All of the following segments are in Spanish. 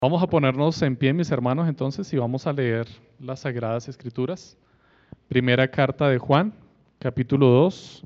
Vamos a ponernos en pie, mis hermanos, entonces, y vamos a leer las Sagradas Escrituras. Primera carta de Juan, capítulo 2,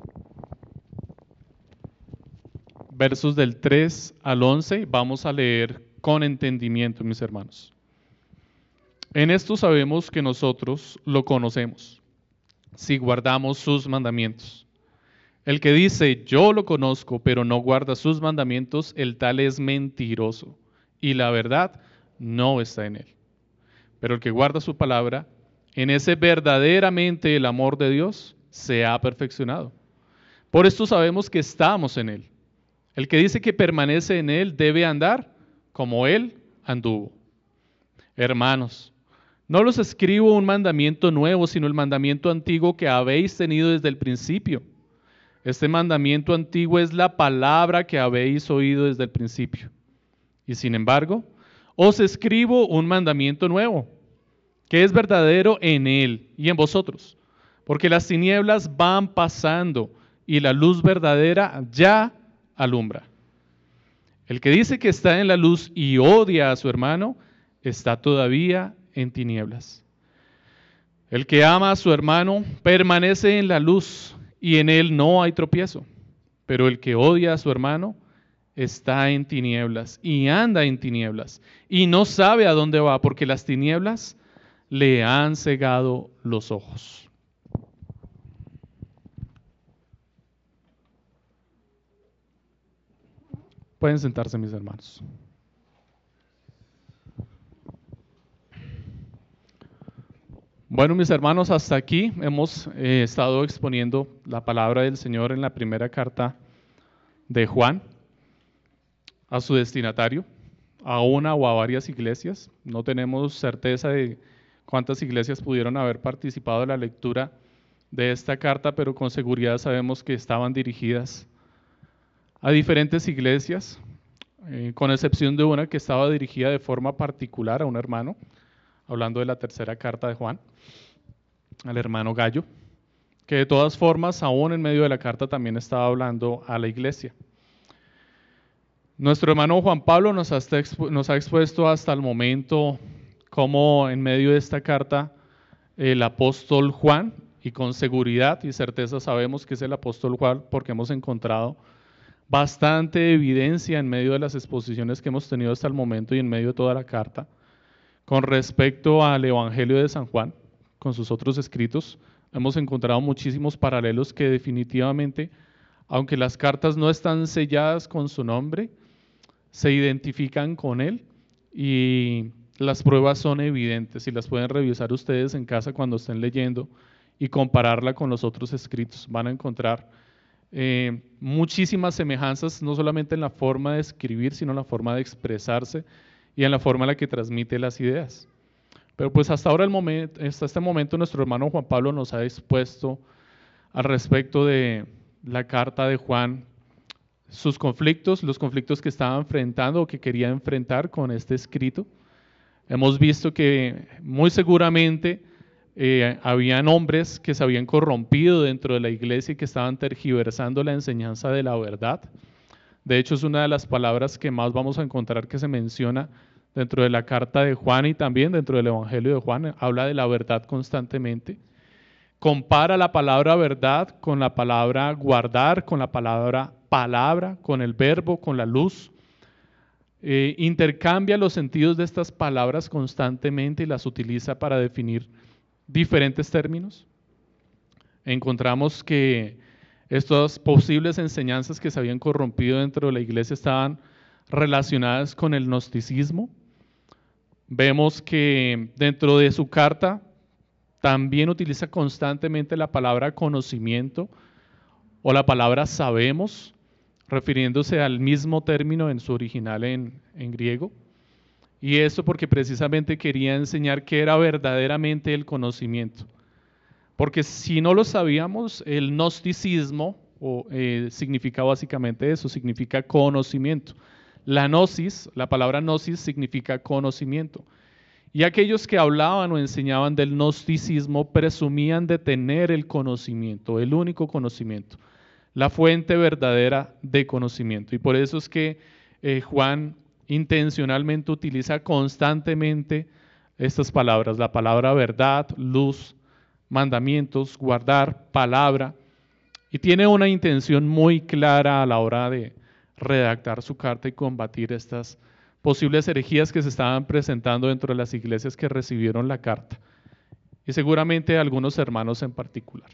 versos del 3 al 11. Vamos a leer con entendimiento, mis hermanos. En esto sabemos que nosotros lo conocemos, si guardamos sus mandamientos. El que dice, yo lo conozco, pero no guarda sus mandamientos, el tal es mentiroso, y la verdad no está en él. Pero el que guarda su palabra, en ese verdaderamente el amor de Dios se ha perfeccionado. Por esto sabemos que estamos en él. El que dice que permanece en él debe andar como él anduvo. Hermanos, no los escribo un mandamiento nuevo, sino el mandamiento antiguo que habéis tenido desde el principio. Este mandamiento antiguo es la palabra que habéis oído desde el principio. Y sin embargo, os escribo un mandamiento nuevo, que es verdadero en él y en vosotros, porque las tinieblas van pasando y la luz verdadera ya alumbra. El que dice que está en la luz y odia a su hermano, está todavía en tinieblas. El que ama a su hermano permanece en la luz y en él no hay tropiezo. Pero el que odia a su hermano está en tinieblas y anda en tinieblas y no sabe a dónde va, porque las tinieblas le han cegado los ojos. Pueden sentarse, mis hermanos. Bueno, mis hermanos, hasta aquí hemos estado exponiendo la palabra del Señor en la primera carta de Juan a su destinatario, a una o a varias iglesias. No tenemos certeza de cuántas iglesias pudieron haber participado en la lectura de esta carta, pero con seguridad sabemos que estaban dirigidas a diferentes iglesias, con excepción de una que estaba dirigida de forma particular a un hermano, hablando de la tercera carta de Juan, al hermano Gallo, que de todas formas, aún en medio de la carta también estaba hablando a la iglesia. Nuestro hermano Juan Pablo nos ha expuesto hasta el momento cómo en medio de esta carta el apóstol Juan, y con seguridad y certeza sabemos que es el apóstol Juan porque hemos encontrado bastante evidencia en medio de las exposiciones que hemos tenido hasta el momento y en medio de toda la carta con respecto al Evangelio de San Juan, con sus otros escritos. Hemos encontrado muchísimos paralelos que definitivamente, aunque las cartas no están selladas con su nombre, se identifican con él y las pruebas son evidentes y las pueden revisar ustedes en casa cuando estén leyendo y compararla con los otros escritos. Van a encontrar muchísimas semejanzas, no solamente en la forma de escribir, sino en la forma de expresarse y en la forma en la que transmite las ideas. Pero pues hasta este momento nuestro hermano Juan Pablo nos ha expuesto al respecto de la carta de Juan, sus conflictos, los conflictos que estaba enfrentando o que quería enfrentar con este escrito. Hemos visto que muy seguramente habían hombres que se habían corrompido dentro de la iglesia y que estaban tergiversando la enseñanza de la verdad. De hecho, es una de las palabras que más vamos a encontrar que se menciona dentro de la carta de Juan y también dentro del Evangelio de Juan. Habla de la verdad constantemente. Compara la palabra verdad con la palabra guardar, con la palabra, con el verbo, con la luz. Intercambia los sentidos de estas palabras constantemente y las utiliza para definir diferentes términos. Encontramos que estas posibles enseñanzas que se habían corrompido dentro de la iglesia estaban relacionadas con el gnosticismo. Vemos que dentro de su carta también utiliza constantemente la palabra conocimiento o la palabra sabemos, refiriéndose al mismo término en su original en griego. Y esto porque precisamente quería enseñar qué era verdaderamente el conocimiento. Porque si no lo sabíamos, el gnosticismo significa básicamente eso, significa conocimiento. La gnosis, la palabra gnosis significa conocimiento. Y aquellos que hablaban o enseñaban del gnosticismo presumían de tener el conocimiento, el único conocimiento, la fuente verdadera de conocimiento. Y por eso es que Juan intencionalmente utiliza constantemente estas palabras, la palabra verdad, luz, mandamientos, guardar, palabra, y tiene una intención muy clara a la hora de redactar su carta y combatir estas posibles herejías que se estaban presentando dentro de las iglesias que recibieron la carta, y seguramente algunos hermanos en particular.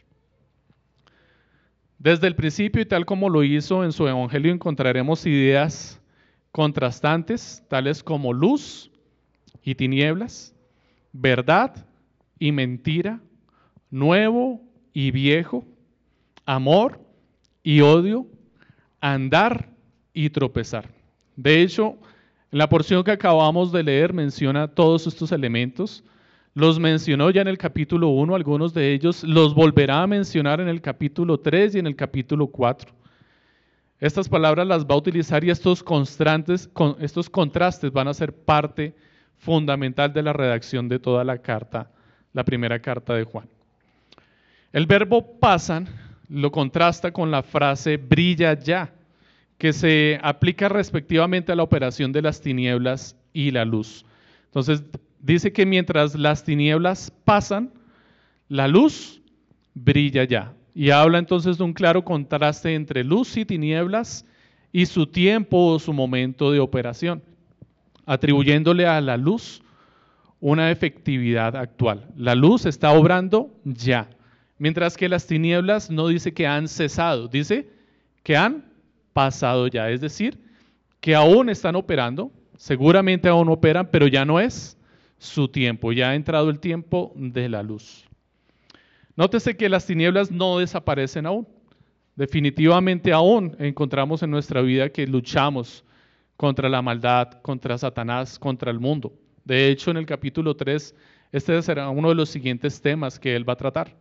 Desde el principio, y tal como lo hizo en su evangelio, encontraremos ideas contrastantes, tales como luz y tinieblas, verdad y mentira, nuevo y viejo, amor y odio, andar y tropezar. De hecho, la porción que acabamos de leer menciona todos estos elementos. Los mencionó ya en el capítulo 1, algunos de ellos los volverá a mencionar en el capítulo 3 y en el capítulo 4. Estas palabras las va a utilizar y estos contrastes van a ser parte fundamental de la redacción de toda la carta, la primera carta de Juan. El verbo pasan lo contrasta con la frase brilla ya, que se aplica respectivamente a la operación de las tinieblas y la luz. Entonces, dice que mientras las tinieblas pasan, la luz brilla ya. Y habla entonces de un claro contraste entre luz y tinieblas y su tiempo o su momento de operación, atribuyéndole a la luz una efectividad actual. La luz está obrando ya, mientras que las tinieblas no dice que han cesado, dice que han pasado ya, es decir, que aún están operando, seguramente aún operan, pero ya no es su tiempo, ya ha entrado el tiempo de la luz. Nótese que las tinieblas no desaparecen aún. Definitivamente aún encontramos en nuestra vida que luchamos contra la maldad, contra Satanás, contra el mundo. De hecho, en el capítulo 3, este será uno de los siguientes temas que él va a tratar.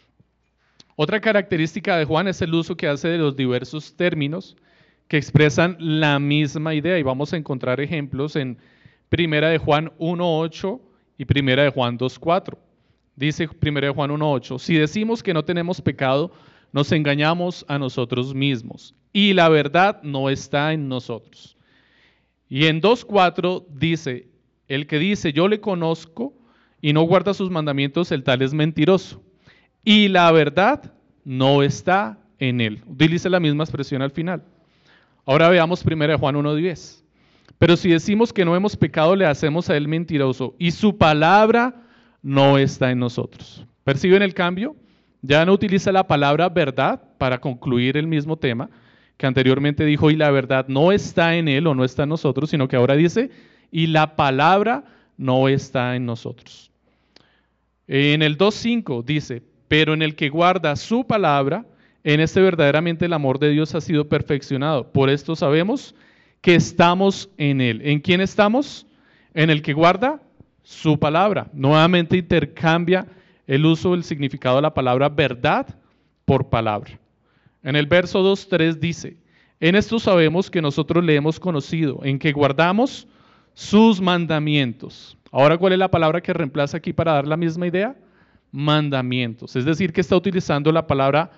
Otra característica de Juan es el uso que hace de los diversos términos que expresan la misma idea, y vamos a encontrar ejemplos en 1 de Juan 1:8 y 1 de Juan 2:4. Dice 1 de Juan 1:8, si decimos que no tenemos pecado, nos engañamos a nosotros mismos y la verdad no está en nosotros. Y en 2:4 dice, el que dice yo le conozco y no guarda sus mandamientos, el tal es mentiroso y la verdad no está en él. Utiliza la misma expresión al final. Ahora veamos 1 de Juan 1:10. Pero si decimos que no hemos pecado, le hacemos a él mentiroso y su palabra no está en nosotros. ¿Perciben el cambio? Ya no utiliza la palabra verdad para concluir el mismo tema que anteriormente dijo y la verdad no está en él o no está en nosotros, sino que ahora dice y la palabra no está en nosotros. En el 2:5 dice, pero en el que guarda su palabra, en este verdaderamente el amor de Dios ha sido perfeccionado. Por esto sabemos que estamos en él. ¿En quién estamos? En el que guarda su palabra. Nuevamente intercambia el uso del significado de la palabra verdad por palabra. En el verso 2:3 dice, en esto sabemos que nosotros le hemos conocido, en que guardamos sus mandamientos. Ahora, ¿cuál es la palabra que reemplaza aquí para dar la misma idea? Mandamientos. Es decir, que está utilizando la palabra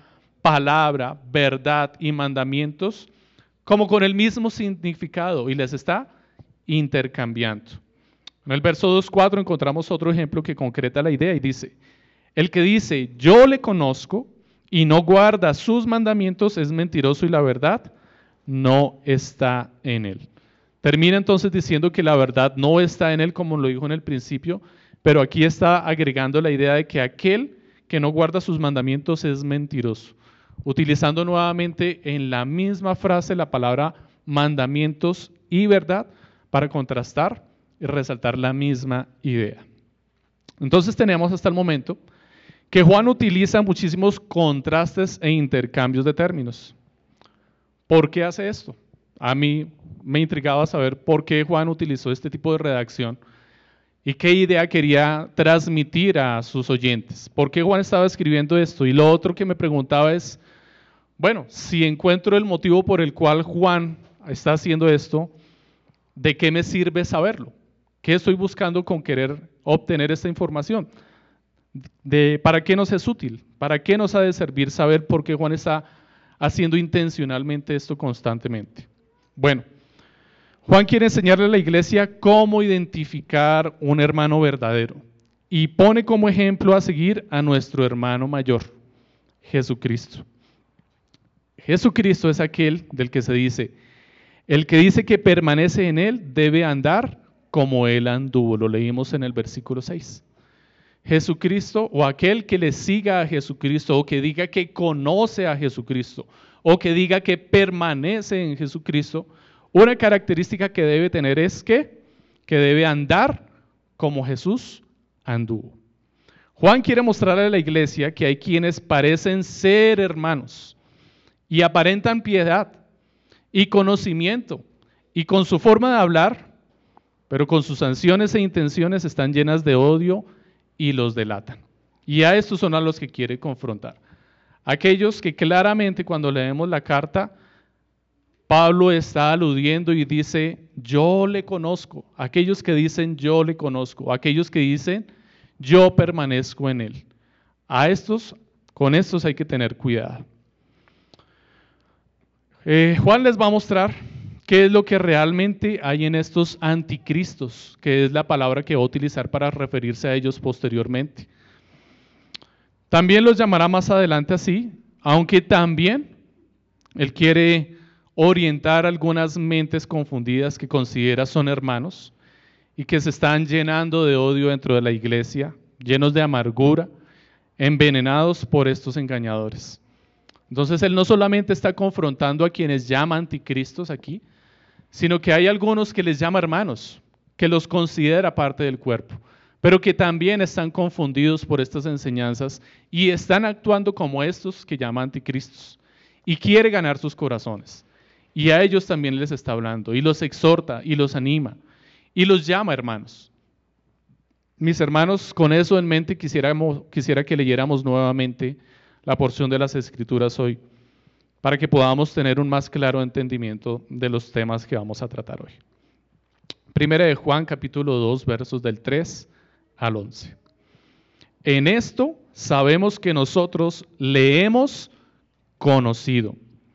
verdad y mandamientos como con el mismo significado y les está intercambiando. En el verso 2:4 encontramos otro ejemplo que concreta la idea y dice, el que dice yo le conozco y no guarda sus mandamientos es mentiroso y la verdad no está en él. Termina entonces diciendo que la verdad no está en él como lo dijo en el principio, pero aquí está agregando la idea de que aquel que no guarda sus mandamientos es mentiroso, utilizando nuevamente en la misma frase la palabra mandamientos y verdad para contrastar y resaltar la misma idea. Entonces tenemos hasta el momento que Juan utiliza muchísimos contrastes e intercambios de términos. ¿Por qué hace esto? A mí me intrigaba saber por qué Juan utilizó este tipo de redacción y qué idea quería transmitir a sus oyentes. ¿Por qué Juan estaba escribiendo esto? Y lo otro que me preguntaba es, bueno, si encuentro el motivo por el cual Juan está haciendo esto, ¿de qué me sirve saberlo? ¿Qué estoy buscando con querer obtener esta información? ¿Para qué nos es útil? ¿Para qué nos ha de servir saber por qué Juan está haciendo intencionalmente esto constantemente? Bueno, Juan quiere enseñarle a la iglesia cómo identificar un hermano verdadero y pone como ejemplo a seguir a nuestro hermano mayor, Jesucristo. Jesucristo es aquel del que se dice, el que dice que permanece en él debe andar como él anduvo. Lo leímos en el versículo 6. Jesucristo, o aquel que le siga a Jesucristo, o que diga que conoce a Jesucristo, o que diga que permanece en Jesucristo, una característica que debe tener es que debe andar como Jesús anduvo. Juan quiere mostrarle a la iglesia que hay quienes parecen ser hermanos y aparentan piedad y conocimiento, y con su forma de hablar, pero con sus acciones e intenciones están llenas de odio y los delatan. Y a estos son a los que quiere confrontar. Aquellos que claramente cuando leemos la carta, Pablo está aludiendo y dice, yo le conozco. Aquellos que dicen, yo le conozco. Aquellos que dicen, yo permanezco en él. Con estos hay que tener cuidado. Juan les va a mostrar qué es lo que realmente hay en estos anticristos, que es la palabra que va a utilizar para referirse a ellos posteriormente. También los llamará más adelante así, aunque también él quiere orientar algunas mentes confundidas que considera son hermanos y que se están llenando de odio dentro de la iglesia, llenos de amargura, envenenados por estos engañadores. Entonces él no solamente está confrontando a quienes llama anticristos aquí, sino que hay algunos que les llama hermanos, que los considera parte del cuerpo, pero que también están confundidos por estas enseñanzas y están actuando como estos que llama anticristos y quiere ganar sus corazones. Y a ellos también les está hablando y los exhorta y los anima y los llama hermanos. Mis hermanos, con eso en mente quisiera que leyéramos nuevamente la porción de las Escrituras hoy, para que podamos tener un más claro entendimiento de los temas que vamos a tratar hoy. Primera de Juan, capítulo 2, versos del 3 al 11. En esto sabemos que nosotros le hemos conocido,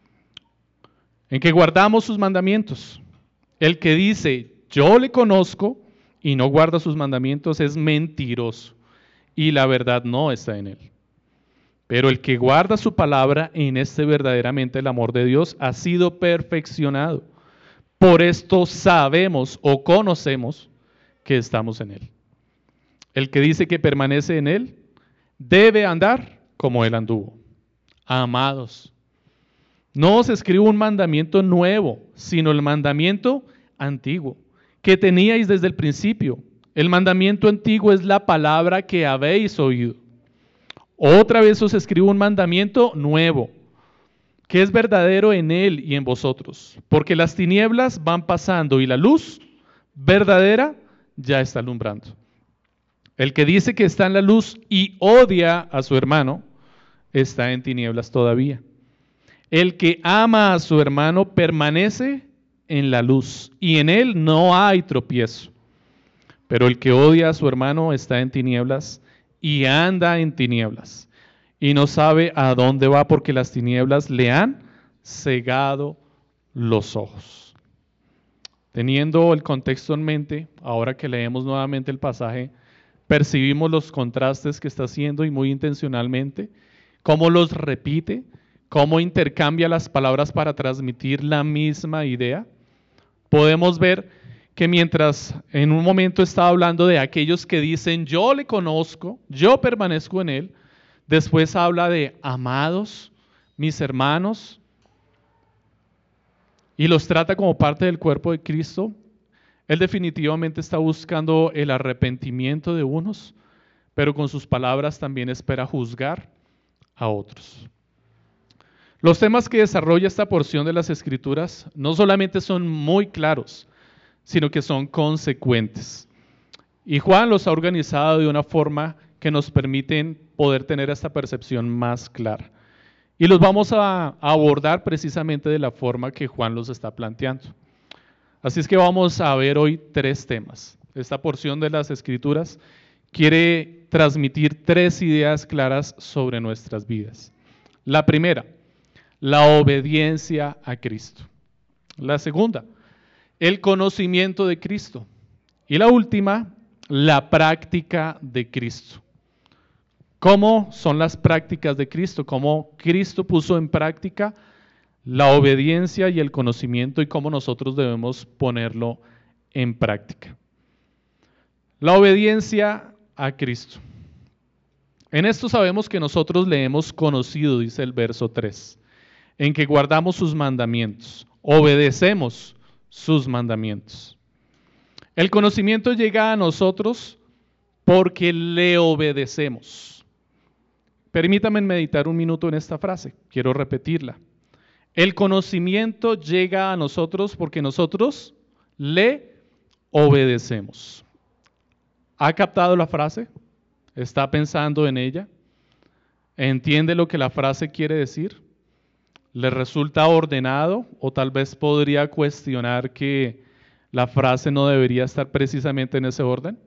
en que guardamos sus mandamientos. El que dice, yo le conozco, y no guarda sus mandamientos, es mentiroso, y la verdad no está en él. Pero el que guarda su palabra, en este verdaderamente el amor de Dios ha sido perfeccionado. Por esto sabemos o conocemos que estamos en él. El que dice que permanece en él, debe andar como él anduvo. Amados, no os escribo un mandamiento nuevo, sino el mandamiento antiguo, que teníais desde el principio. El mandamiento antiguo es la palabra que habéis oído. Otra vez os escribo un mandamiento nuevo, que es verdadero en él y en vosotros, porque las tinieblas van pasando y la luz verdadera ya está alumbrando. El que dice que está en la luz y odia a su hermano, está en tinieblas todavía. El que ama a su hermano permanece en la luz y en él no hay tropiezo. Pero el que odia a su hermano está en tinieblas y anda en tinieblas y no sabe a dónde va porque las tinieblas le han cegado los ojos. Teniendo el contexto en mente, ahora que leemos nuevamente el pasaje, percibimos los contrastes que está haciendo y muy intencionalmente, cómo los repite, cómo intercambia las palabras para transmitir la misma idea. Podemos ver que mientras en un momento estaba hablando de aquellos que dicen yo le conozco, yo permanezco en él, después habla de amados, mis hermanos, y los trata como parte del cuerpo de Cristo. Él definitivamente está buscando el arrepentimiento de unos, pero con sus palabras también espera juzgar a otros. Los temas que desarrolla esta porción de las Escrituras no solamente son muy claros, sino que son consecuentes. Y Juan los ha organizado de una forma que nos permiten poder tener esta percepción más clara. Y los vamos a abordar precisamente de la forma que Juan los está planteando. Así es que vamos a ver hoy 3 temas. Esta porción de las Escrituras quiere transmitir 3 ideas claras sobre nuestras vidas. La primera, la obediencia a Cristo. La segunda, el conocimiento de Cristo. Y la última, la práctica de Cristo. ¿Cómo son las prácticas de Cristo? ¿Cómo Cristo puso en práctica la obediencia y el conocimiento y cómo nosotros debemos ponerlo en práctica? La obediencia a Cristo. En esto sabemos que nosotros le hemos conocido, dice el verso 3, en que guardamos sus mandamientos, obedecemos sus mandamientos. El conocimiento llega a nosotros porque le obedecemos. Permítame meditar un minuto en esta frase, quiero repetirla. El conocimiento llega a nosotros porque nosotros le obedecemos. ¿Ha captado la frase? ¿Está pensando en ella? ¿Entiende lo que la frase quiere decir? ¿Le resulta ordenado? O tal vez podría cuestionar que la frase no debería estar precisamente en ese orden.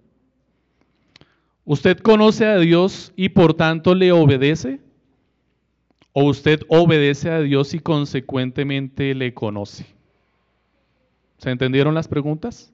¿Usted conoce a Dios y por tanto le obedece? ¿O usted obedece a Dios y consecuentemente le conoce? ¿Se entendieron las preguntas?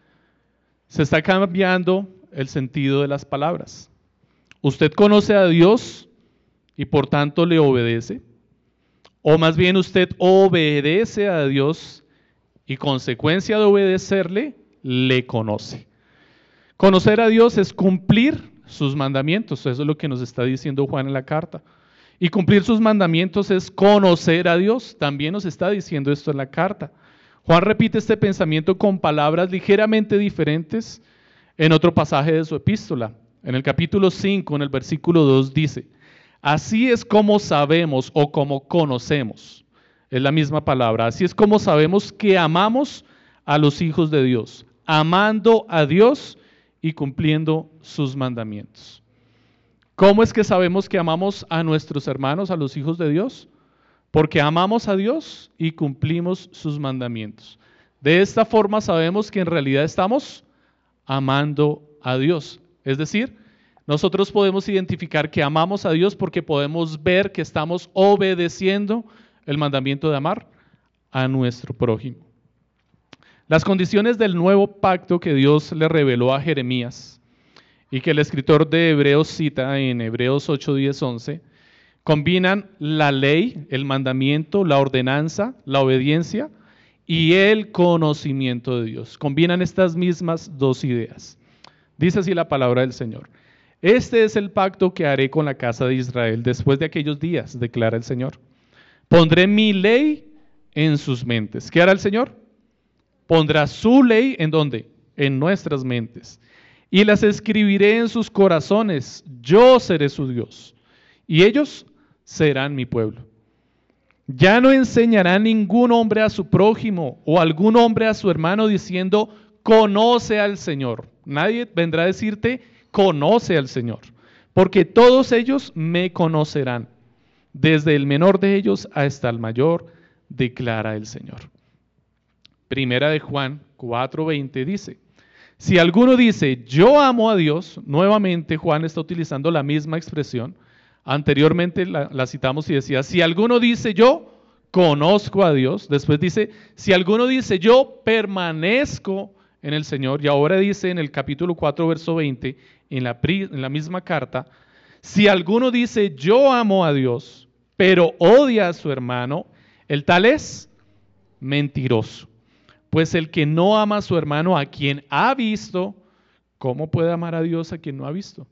Se está cambiando el sentido de las palabras. ¿Usted conoce a Dios y por tanto le obedece? ¿O más bien usted obedece a Dios y consecuencia de obedecerle, le conoce? Conocer a Dios es cumplir sus mandamientos, eso es lo que nos está diciendo Juan en la carta. Y cumplir sus mandamientos es conocer a Dios, también nos está diciendo esto en la carta. Juan repite este pensamiento con palabras ligeramente diferentes en otro pasaje de su epístola. En el capítulo 5, en el versículo 2 dice, así es como sabemos o como conocemos, es la misma palabra, así es como sabemos que amamos a los hijos de Dios, amando a Dios y cumpliendo sus mandamientos. ¿Cómo es que sabemos que amamos a nuestros hermanos, a los hijos de Dios? Porque amamos a Dios y cumplimos sus mandamientos. De esta forma sabemos que en realidad estamos amando a Dios. Es decir, nosotros podemos identificar que amamos a Dios porque podemos ver que estamos obedeciendo el mandamiento de amar a nuestro prójimo. Las condiciones del nuevo pacto que Dios le reveló a Jeremías y que el escritor de Hebreos cita en Hebreos 8, 10, 11, combinan la ley, el mandamiento, la ordenanza, la obediencia y el conocimiento de Dios. Combinan estas mismas dos ideas. Dice así la palabra del Señor. Este es el pacto que haré con la casa de Israel después de aquellos días, declara el Señor. Pondré mi ley en sus mentes. ¿Qué hará el Señor? Pondrá su ley ¿en dónde? En nuestras mentes. Y las escribiré en sus corazones. Yo seré su Dios. Y ellos serán mi pueblo. Ya no enseñará ningún hombre a su prójimo o algún hombre a su hermano diciendo, conoce al Señor. Nadie vendrá a decirte, conoce al Señor. Porque todos ellos me conocerán. Desde el menor de ellos hasta el mayor, declara el Señor. Primera de Juan 4:20 dice, si alguno dice, yo amo a Dios, nuevamente Juan está utilizando la misma expresión. Anteriormente la citamos y decía, si alguno dice, yo conozco a Dios. Después dice, si alguno dice, yo permanezco en el Señor. Y ahora dice en el capítulo 4, verso 20, en la misma carta, si alguno dice, yo amo a Dios, pero odia a su hermano, el tal es mentiroso. Pues el que no ama a su hermano, a quien ha visto, ¿cómo puede amar a Dios a quien no ha visto?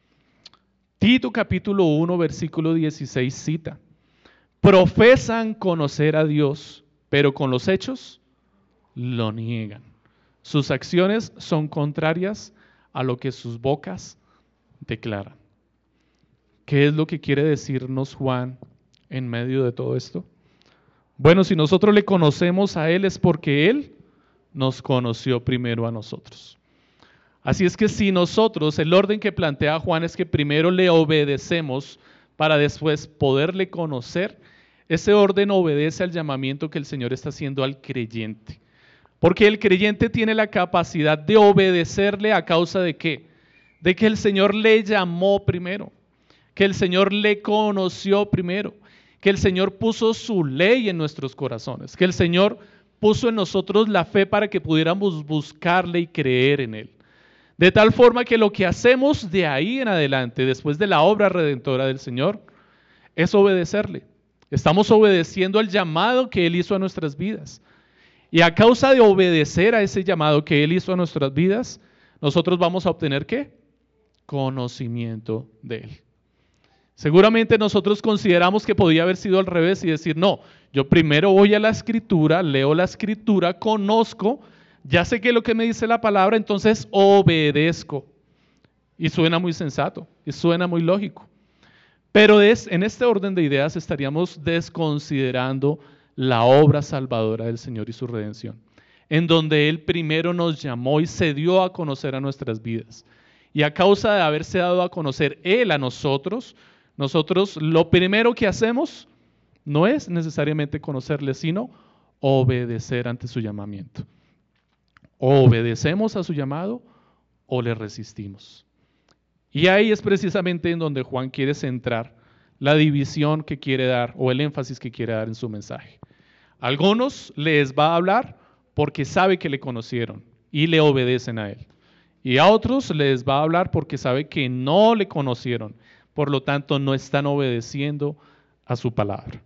Tito capítulo 1, versículo 16 cita, profesan conocer a Dios, pero con los hechos lo niegan. Sus acciones son contrarias a lo que sus bocas declaran. ¿Qué es lo que quiere decirnos Juan en medio de todo esto? Bueno, si nosotros le conocemos a Él es porque Él nos conoció primero a nosotros. Así es que si nosotros, el orden que plantea Juan es que primero le obedecemos para después poderle conocer, ese orden obedece al llamamiento que el Señor está haciendo al creyente. Porque el creyente tiene la capacidad de obedecerle a causa de ¿qué? De que el Señor le llamó primero, que el Señor le conoció primero, que el Señor puso su ley en nuestros corazones, que el Señor puso en nosotros la fe para que pudiéramos buscarle y creer en Él. De tal forma que lo que hacemos de ahí en adelante, después de la obra redentora del Señor, es obedecerle. Estamos obedeciendo al llamado que Él hizo a nuestras vidas. Y a causa de obedecer a ese llamado que Él hizo a nuestras vidas, nosotros vamos a obtener ¿qué? Conocimiento de Él. Seguramente nosotros consideramos que podía haber sido al revés y decir, no, yo primero voy a la Escritura, leo la Escritura, conozco, ya sé qué es lo que me dice la palabra, entonces obedezco. Y suena muy sensato, y suena muy lógico. Pero en este orden de ideas estaríamos desconsiderando la obra salvadora del Señor y su redención, en donde Él primero nos llamó y se dio a conocer a nuestras vidas. Y a causa de haberse dado a conocer Él a nosotros lo primero que hacemos no es necesariamente conocerle, sino obedecer ante su llamamiento. O obedecemos a su llamado o le resistimos. Y ahí es precisamente en donde Juan quiere centrar la división que quiere dar o el énfasis que quiere dar en su mensaje. A algunos les va a hablar porque sabe que le conocieron y le obedecen a Él. Y a otros les va a hablar porque sabe que no le conocieron, por lo tanto no están obedeciendo a su palabra.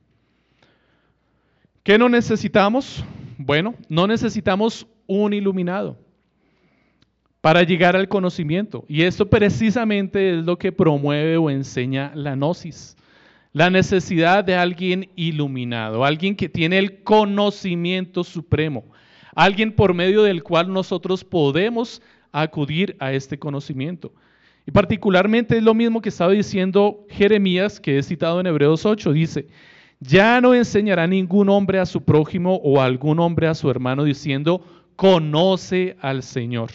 ¿Qué no necesitamos? Bueno, no necesitamos un iluminado para llegar al conocimiento. Y esto precisamente es lo que promueve o enseña la gnosis. La necesidad de alguien iluminado, alguien que tiene el conocimiento supremo, alguien por medio del cual nosotros podemos acudir a este conocimiento. Y particularmente es lo mismo que estaba diciendo Jeremías, que es citado en Hebreos 8, dice, ya no enseñará ningún hombre a su prójimo o algún hombre a su hermano diciendo, conoce al Señor.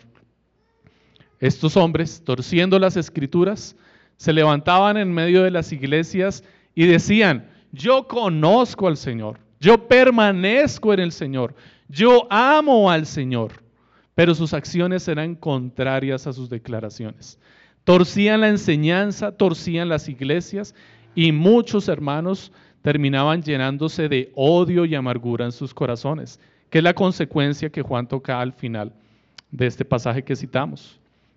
Estos hombres, torciendo las escrituras, se levantaban en medio de las iglesias y decían, yo conozco al Señor, yo permanezco en el Señor, yo amo al Señor, pero sus acciones eran contrarias a sus declaraciones. Torcían la enseñanza, torcían las iglesias y muchos hermanos terminaban llenándose de odio y amargura en sus corazones, que es la consecuencia que Juan toca al final de este pasaje que citamos.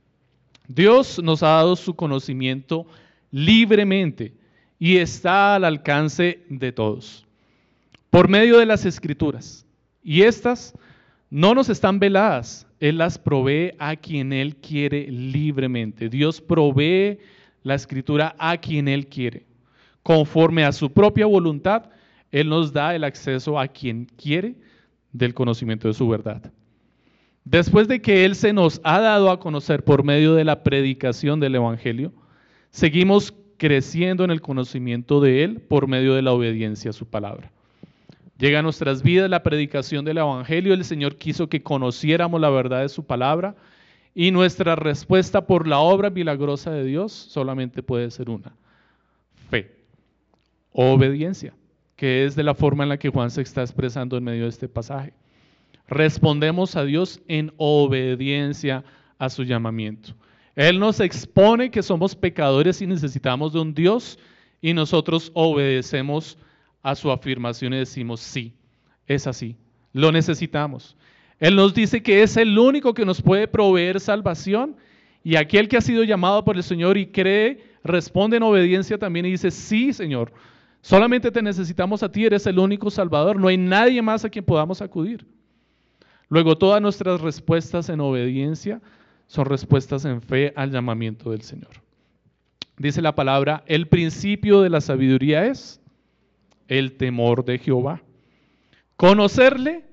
Dios nos ha dado su conocimiento libremente y está al alcance de todos, por medio de las Escrituras. Y estas no nos están veladas, Él las provee a quien Él quiere libremente. Dios provee la Escritura a quien Él quiere. Conforme a su propia voluntad, Él nos da el acceso a quien quiere del conocimiento de su verdad. Después de que Él se nos ha dado a conocer por medio de la predicación del Evangelio, seguimos creciendo en el conocimiento de Él por medio de la obediencia a su palabra. Llega a nuestras vidas la predicación del Evangelio, el Señor quiso que conociéramos la verdad de su palabra y nuestra respuesta por la obra milagrosa de Dios solamente puede ser una: fe, obediencia, que es de la forma en la que Juan se está expresando en medio de este pasaje. Respondemos a Dios en obediencia a su llamamiento. Él nos expone que somos pecadores y necesitamos de un Dios y nosotros obedecemos a su afirmación y decimos sí, es así, lo necesitamos. Él nos dice que es el único que nos puede proveer salvación y aquel que ha sido llamado por el Señor y cree, responde en obediencia también y dice sí, Señor, solamente te necesitamos a ti, eres el único Salvador, no hay nadie más a quien podamos acudir. Luego todas nuestras respuestas en obediencia son respuestas en fe al llamamiento del Señor. Dice la palabra, el principio de la sabiduría es el temor de Jehová. Conocerle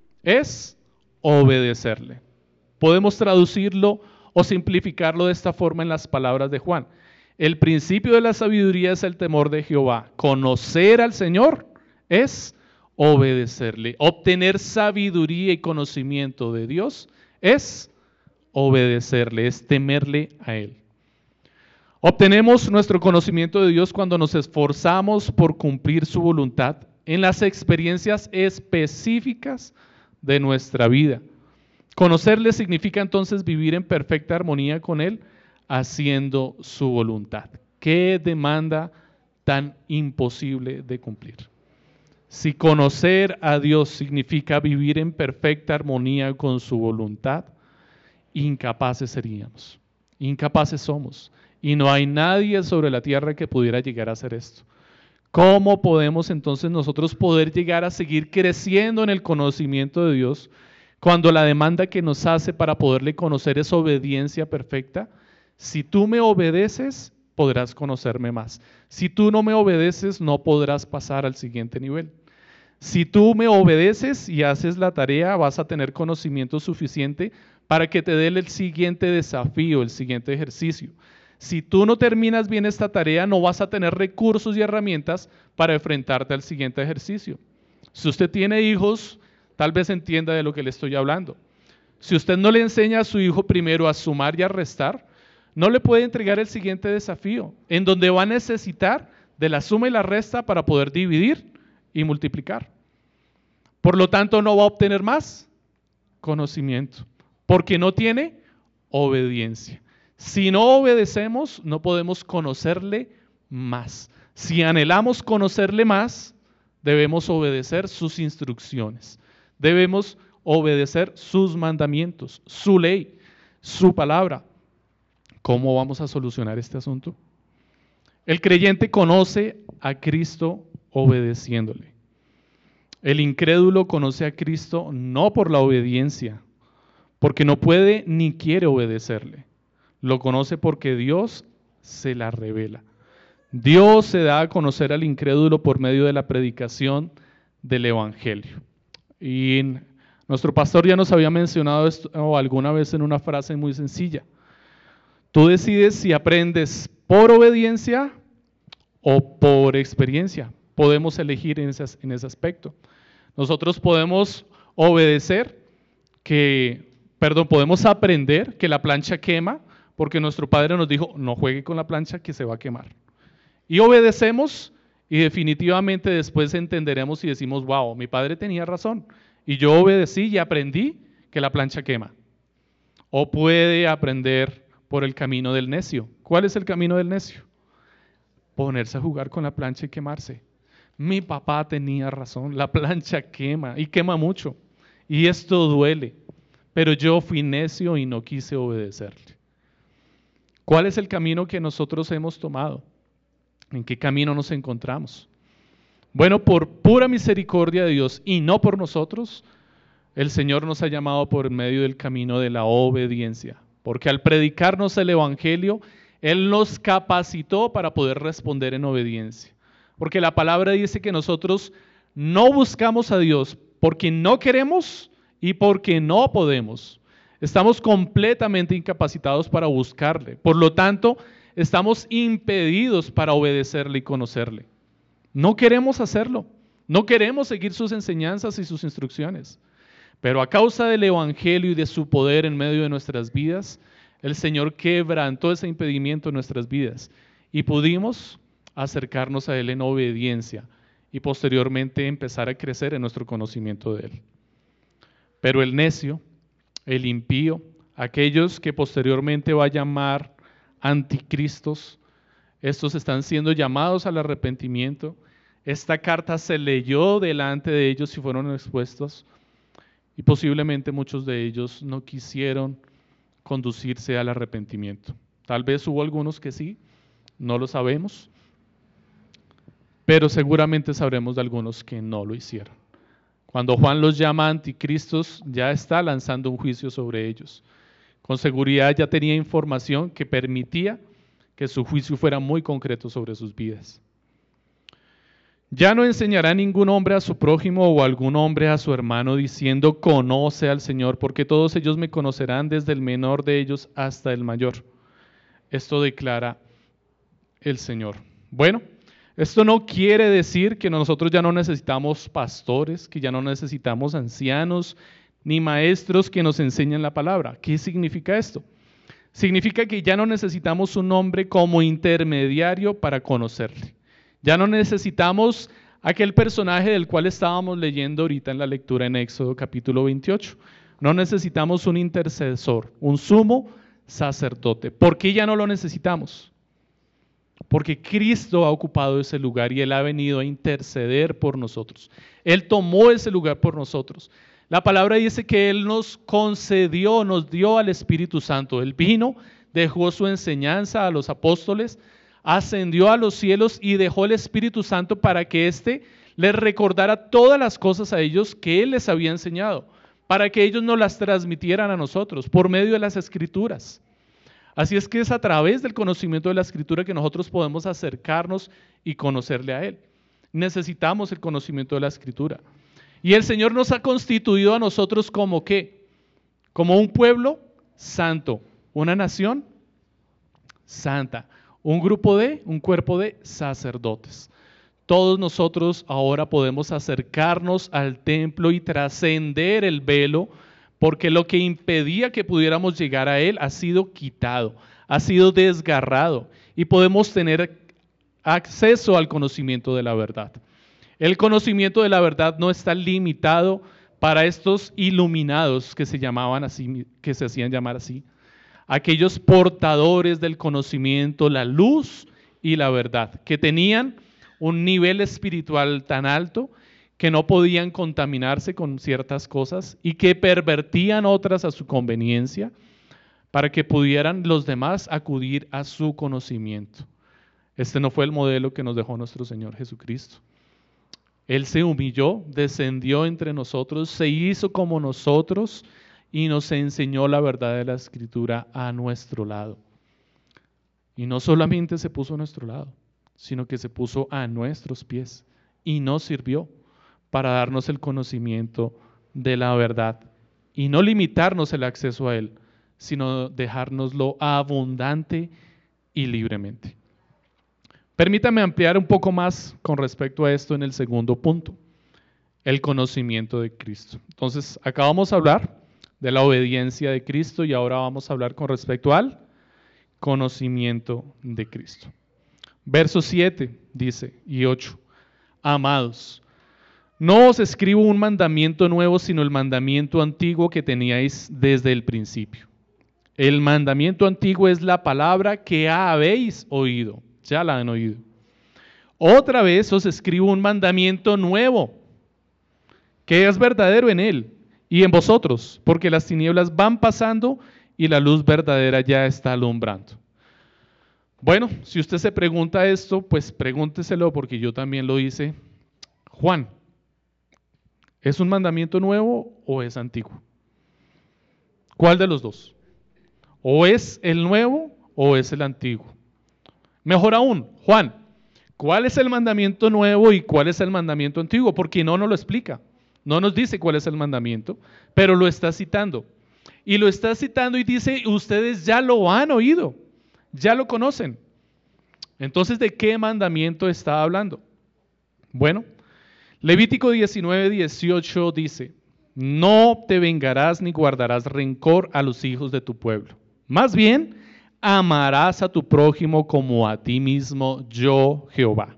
es obedecerle. Podemos traducirlo o simplificarlo de esta forma en las palabras de Juan. El principio de la sabiduría es el temor de Jehová. Conocer al Señor es obedecerle. Obtener sabiduría y conocimiento de Dios es obedecerle, es temerle a Él. Obtenemos nuestro conocimiento de Dios cuando nos esforzamos por cumplir su voluntad en las experiencias específicas de nuestra vida. Conocerle significa entonces vivir en perfecta armonía con Él, haciendo su voluntad. ¿Qué demanda tan imposible de cumplir? Si conocer a Dios significa vivir en perfecta armonía con su voluntad, incapaces seríamos, incapaces somos, y no hay nadie sobre la tierra que pudiera llegar a hacer esto. ¿Cómo podemos entonces nosotros poder llegar a seguir creciendo en el conocimiento de Dios cuando la demanda que nos hace para poderle conocer es obediencia perfecta? Si tú me obedeces, podrás conocerme más. Si tú no me obedeces, no podrás pasar al siguiente nivel. Si tú me obedeces y haces la tarea, vas a tener conocimiento suficiente para que te dé el siguiente desafío, el siguiente ejercicio. Si tú no terminas bien esta tarea, no vas a tener recursos y herramientas para enfrentarte al siguiente ejercicio. Si usted tiene hijos, tal vez entienda de lo que le estoy hablando. Si usted no le enseña a su hijo primero a sumar y a restar, no le puede entregar el siguiente desafío, en donde va a necesitar de la suma y la resta para poder dividir y multiplicar. Por lo tanto, no va a obtener más conocimiento, porque no tiene obediencia. Si no obedecemos, no podemos conocerle más. Si anhelamos conocerle más, debemos obedecer sus instrucciones. Debemos obedecer sus mandamientos, su ley, su palabra. ¿Cómo vamos a solucionar este asunto? El creyente conoce a Cristo obedeciéndole. El incrédulo conoce a Cristo no por la obediencia, porque no puede ni quiere obedecerle. Lo conoce porque Dios se la revela. Dios se da a conocer al incrédulo por medio de la predicación del Evangelio. Y nuestro pastor ya nos había mencionado esto alguna vez en una frase muy sencilla. Tú decides si aprendes por obediencia o por experiencia. Podemos elegir en ese aspecto. Nosotros podemos podemos aprender que la plancha quema, porque nuestro padre nos dijo, no juegue con la plancha que se va a quemar. Y obedecemos y definitivamente después entenderemos y decimos, wow, mi padre tenía razón. Y yo obedecí y aprendí que la plancha quema. O puede aprender por el camino del necio. ¿Cuál es el camino del necio? Ponerse a jugar con la plancha y quemarse. Mi papá tenía razón, la plancha quema y quema mucho. Y esto duele. Pero yo fui necio y no quise obedecerle. ¿Cuál es el camino que nosotros hemos tomado? ¿En qué camino nos encontramos? Bueno, por pura misericordia de Dios y no por nosotros, el Señor nos ha llamado por medio del camino de la obediencia. Porque al predicarnos el Evangelio, Él nos capacitó para poder responder en obediencia. Porque la palabra dice que nosotros no buscamos a Dios porque no queremos y porque no podemos. Estamos completamente incapacitados para buscarle. Por lo tanto, estamos impedidos para obedecerle y conocerle. No queremos hacerlo. No queremos seguir sus enseñanzas y sus instrucciones. Pero a causa del Evangelio y de su poder en medio de nuestras vidas, el Señor quebrantó ese impedimento en nuestras vidas y pudimos acercarnos a Él en obediencia y posteriormente empezar a crecer en nuestro conocimiento de Él. Pero el necio, el impío, aquellos que posteriormente va a llamar anticristos, estos están siendo llamados al arrepentimiento. Esta carta se leyó delante de ellos y fueron expuestos, y posiblemente muchos de ellos no quisieron conducirse al arrepentimiento. Tal vez hubo algunos que sí, no lo sabemos, pero seguramente sabremos de algunos que no lo hicieron. Cuando Juan los llama anticristos, ya está lanzando un juicio sobre ellos. Con seguridad ya tenía información que permitía que su juicio fuera muy concreto sobre sus vidas. Ya no enseñará ningún hombre a su prójimo o algún hombre a su hermano diciendo, conoce al Señor, porque todos ellos me conocerán desde el menor de ellos hasta el mayor. Esto declara el Señor. Bueno, esto no quiere decir que nosotros ya no necesitamos pastores, que ya no necesitamos ancianos, ni maestros que nos enseñen la palabra. ¿Qué significa esto? Significa que ya no necesitamos un hombre como intermediario para conocerle. Ya no necesitamos aquel personaje del cual estábamos leyendo ahorita en la lectura en Éxodo capítulo 28. No necesitamos un intercesor, un sumo sacerdote. ¿Por qué ya no lo necesitamos? porque Cristo ha ocupado ese lugar y Él ha venido a interceder por nosotros. Él tomó ese lugar por nosotros. La palabra dice que Él nos concedió, nos dio al Espíritu Santo. Él vino, dejó su enseñanza a los apóstoles, ascendió a los cielos y dejó el Espíritu Santo para que éste les recordara todas las cosas a ellos que Él les había enseñado, para que ellos nos las transmitieran a nosotros por medio de las Escrituras. Así es que es a través del conocimiento de la Escritura que nosotros podemos acercarnos y conocerle a Él. Necesitamos el conocimiento de la Escritura. Y el Señor nos ha constituido a nosotros como ¿qué? Como un pueblo santo, una nación santa, un cuerpo de sacerdotes. Todos nosotros ahora podemos acercarnos al templo y trascender el velo, porque lo que impedía que pudiéramos llegar a Él ha sido quitado, ha sido desgarrado y podemos tener acceso al conocimiento de la verdad. El conocimiento de la verdad no está limitado para estos iluminados que se llamaban así, que se hacían llamar así, aquellos portadores del conocimiento, la luz y la verdad, que tenían un nivel espiritual tan alto que no podían contaminarse con ciertas cosas y que pervertían otras a su conveniencia para que pudieran los demás acudir a su conocimiento. Este no fue el modelo que nos dejó nuestro Señor Jesucristo. Él se humilló, descendió entre nosotros, se hizo como nosotros y nos enseñó la verdad de la Escritura a nuestro lado. Y no solamente se puso a nuestro lado, sino que se puso a nuestros pies y nos sirvió para darnos el conocimiento de la verdad y no limitarnos el acceso a Él, sino dejárnoslo abundante y libremente. Permítame ampliar un poco más con respecto a esto en el segundo punto, el conocimiento de Cristo. Entonces, acabamos de hablar de la obediencia de Cristo y ahora vamos a hablar con respecto al conocimiento de Cristo. Verso 7 dice, y 8, amados, no os escribo un mandamiento nuevo, sino el mandamiento antiguo que teníais desde el principio. El mandamiento antiguo es la palabra que habéis oído. Ya la han oído. Otra vez os escribo un mandamiento nuevo, que es verdadero en Él y en vosotros, porque las tinieblas van pasando y la luz verdadera ya está alumbrando. Bueno, si usted se pregunta esto, pues pregúnteselo porque yo también lo hice. Juan, ¿es un mandamiento nuevo o es antiguo? ¿Cuál de los dos? ¿O es el nuevo o es el antiguo? Mejor aún, Juan, ¿cuál es el mandamiento nuevo y cuál es el mandamiento antiguo? Porque no nos lo explica, no nos dice cuál es el mandamiento, pero lo está citando. Y lo está citando y dice, ustedes ya lo han oído, ya lo conocen. Entonces, ¿de qué mandamiento está hablando? Bueno, Levítico 19:18 dice, no te vengarás ni guardarás rencor a los hijos de tu pueblo. Más bien, amarás a tu prójimo como a ti mismo, yo Jehová.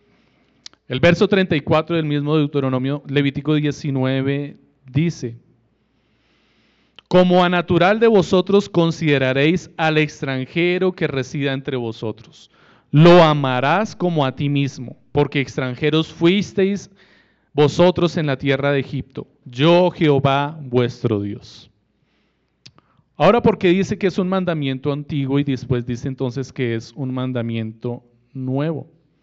El verso 34 del mismo Deuteronomio, Levítico 19, dice, como a natural de vosotros consideraréis al extranjero que resida entre vosotros. Lo amarás como a ti mismo, porque extranjeros fuisteis vosotros en la tierra de Egipto. Yo Jehová vuestro Dios. Ahora, ¿por qué dice que es un mandamiento antiguo y después dice entonces que es un mandamiento nuevo?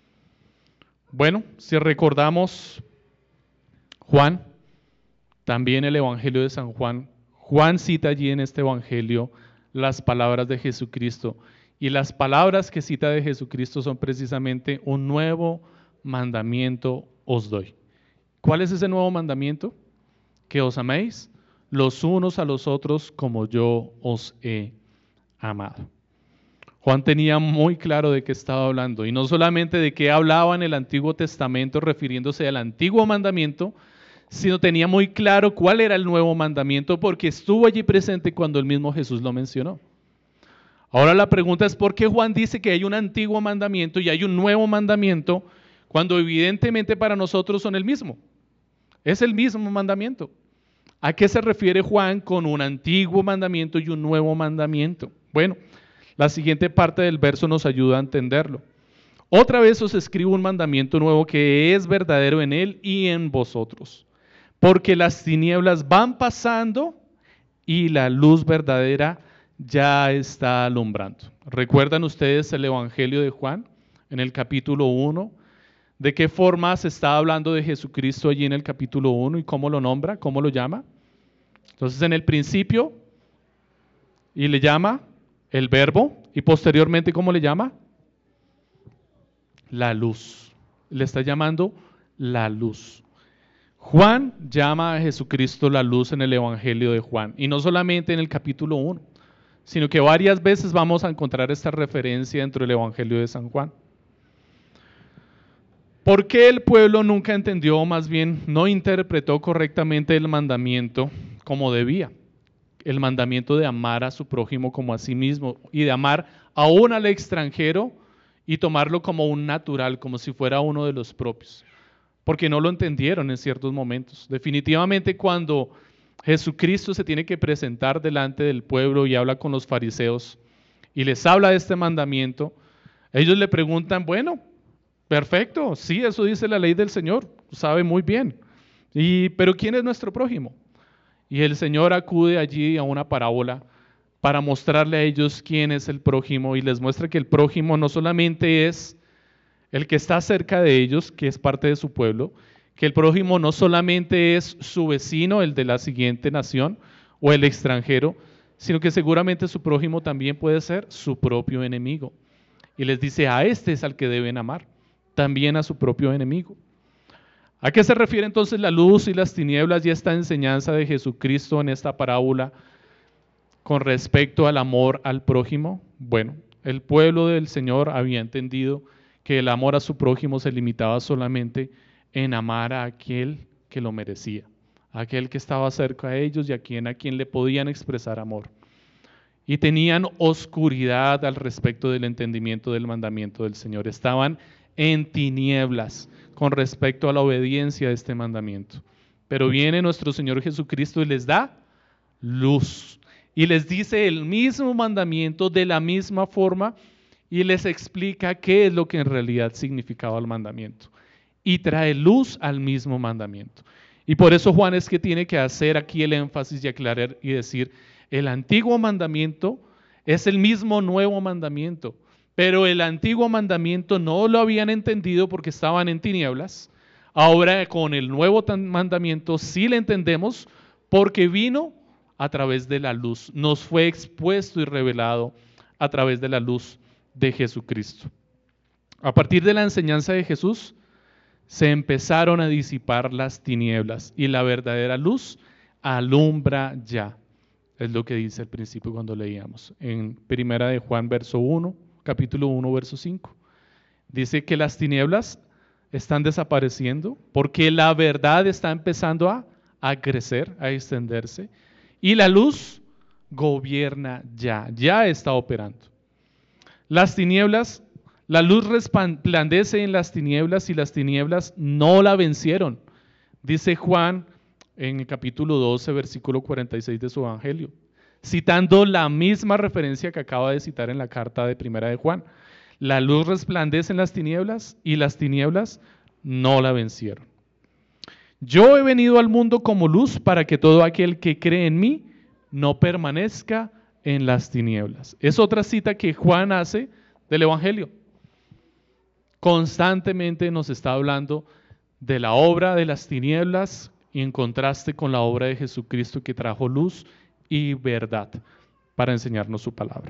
Bueno, si recordamos Juan, también el Evangelio de San Juan, Juan cita allí en este Evangelio las palabras de Jesucristo y las palabras que cita de Jesucristo son precisamente un nuevo mandamiento os doy. ¿Cuál es ese nuevo mandamiento? Que os améis los unos a los otros como yo os he amado. Juan tenía muy claro de qué estaba hablando y no solamente de qué hablaba en el Antiguo Testamento refiriéndose al antiguo mandamiento, sino tenía muy claro cuál era el nuevo mandamiento porque estuvo allí presente cuando el mismo Jesús lo mencionó. Ahora la pregunta es ¿por qué Juan dice que hay un antiguo mandamiento y hay un nuevo mandamiento cuando evidentemente para nosotros son el mismo? Es el mismo mandamiento. ¿A qué se refiere Juan con un antiguo mandamiento y un nuevo mandamiento? Bueno, la siguiente parte del verso nos ayuda a entenderlo. Otra vez os escribo un mandamiento nuevo que es verdadero en él y en vosotros, porque las tinieblas van pasando y la luz verdadera ya está alumbrando. ¿Recuerdan ustedes el Evangelio de Juan en el capítulo 1? ¿De qué forma se está hablando de Jesucristo allí en el capítulo 1 y cómo lo nombra, cómo lo llama? Entonces en el principio, y le llama el verbo, y posteriormente ¿cómo le llama? La luz. Le está llamando la luz. Juan llama a Jesucristo la luz en el Evangelio de Juan, y no solamente en el capítulo 1, sino que varias veces vamos a encontrar esta referencia dentro del Evangelio de San Juan. ¿Por qué el pueblo nunca entendió, más bien no interpretó correctamente el mandamiento como debía? El mandamiento de amar a su prójimo como a sí mismo y de amar aún al extranjero y tomarlo como un natural, como si fuera uno de los propios. Porque no lo entendieron en ciertos momentos. Definitivamente cuando Jesucristo se tiene que presentar delante del pueblo y habla con los fariseos y les habla de este mandamiento, ellos le preguntan, bueno, perfecto, sí, eso dice la ley del Señor, sabe muy bien. Pero ¿quién es nuestro prójimo? Y el Señor acude allí a una parábola para mostrarle a ellos quién es el prójimo y les muestra que el prójimo no solamente es el que está cerca de ellos, que es parte de su pueblo, que el prójimo no solamente es su vecino, el de la siguiente nación o el extranjero, sino que seguramente su prójimo también puede ser su propio enemigo. Y les dice, a este es al que deben amar, también a su propio enemigo. ¿A qué se refiere entonces la luz y las tinieblas y esta enseñanza de Jesucristo en esta parábola con respecto al amor al prójimo? Bueno, el pueblo del Señor había entendido que el amor a su prójimo se limitaba solamente en amar a aquel que lo merecía, a aquel que estaba cerca de ellos y a quien le podían expresar amor. Y tenían oscuridad al respecto del entendimiento del mandamiento del Señor. Estaban en tinieblas con respecto a la obediencia de este mandamiento. Pero viene nuestro Señor Jesucristo y les da luz. Y les dice el mismo mandamiento de la misma forma y les explica qué es lo que en realidad significaba el mandamiento. Y trae luz al mismo mandamiento. Y por eso Juan es que tiene que hacer aquí el énfasis y aclarar y decir, el antiguo mandamiento es el mismo nuevo mandamiento, pero el antiguo mandamiento no lo habían entendido porque estaban en tinieblas. Ahora con el nuevo mandamiento sí le entendemos porque vino a través de la luz, nos fue expuesto y revelado a través de la luz de Jesucristo. A partir de la enseñanza de Jesús, se empezaron a disipar las tinieblas y la verdadera luz alumbra ya. Es lo que dice al principio cuando leíamos en Primera de Juan verso 1, capítulo 1 verso 5. Dice que las tinieblas están desapareciendo porque la verdad está empezando a crecer, a extenderse y la luz gobierna ya está operando. Las tinieblas, la luz resplandece en las tinieblas y las tinieblas no la vencieron. Dice Juan en el capítulo 12, versículo 46 de su Evangelio, citando la misma referencia que acaba de citar en la carta de Primera de Juan. La luz resplandece en las tinieblas y las tinieblas no la vencieron. Yo he venido al mundo como luz para que todo aquel que cree en mí no permanezca en las tinieblas. Es otra cita que Juan hace del Evangelio. Constantemente nos está hablando de la obra de las tinieblas y en contraste con la obra de Jesucristo que trajo luz y verdad para enseñarnos su palabra.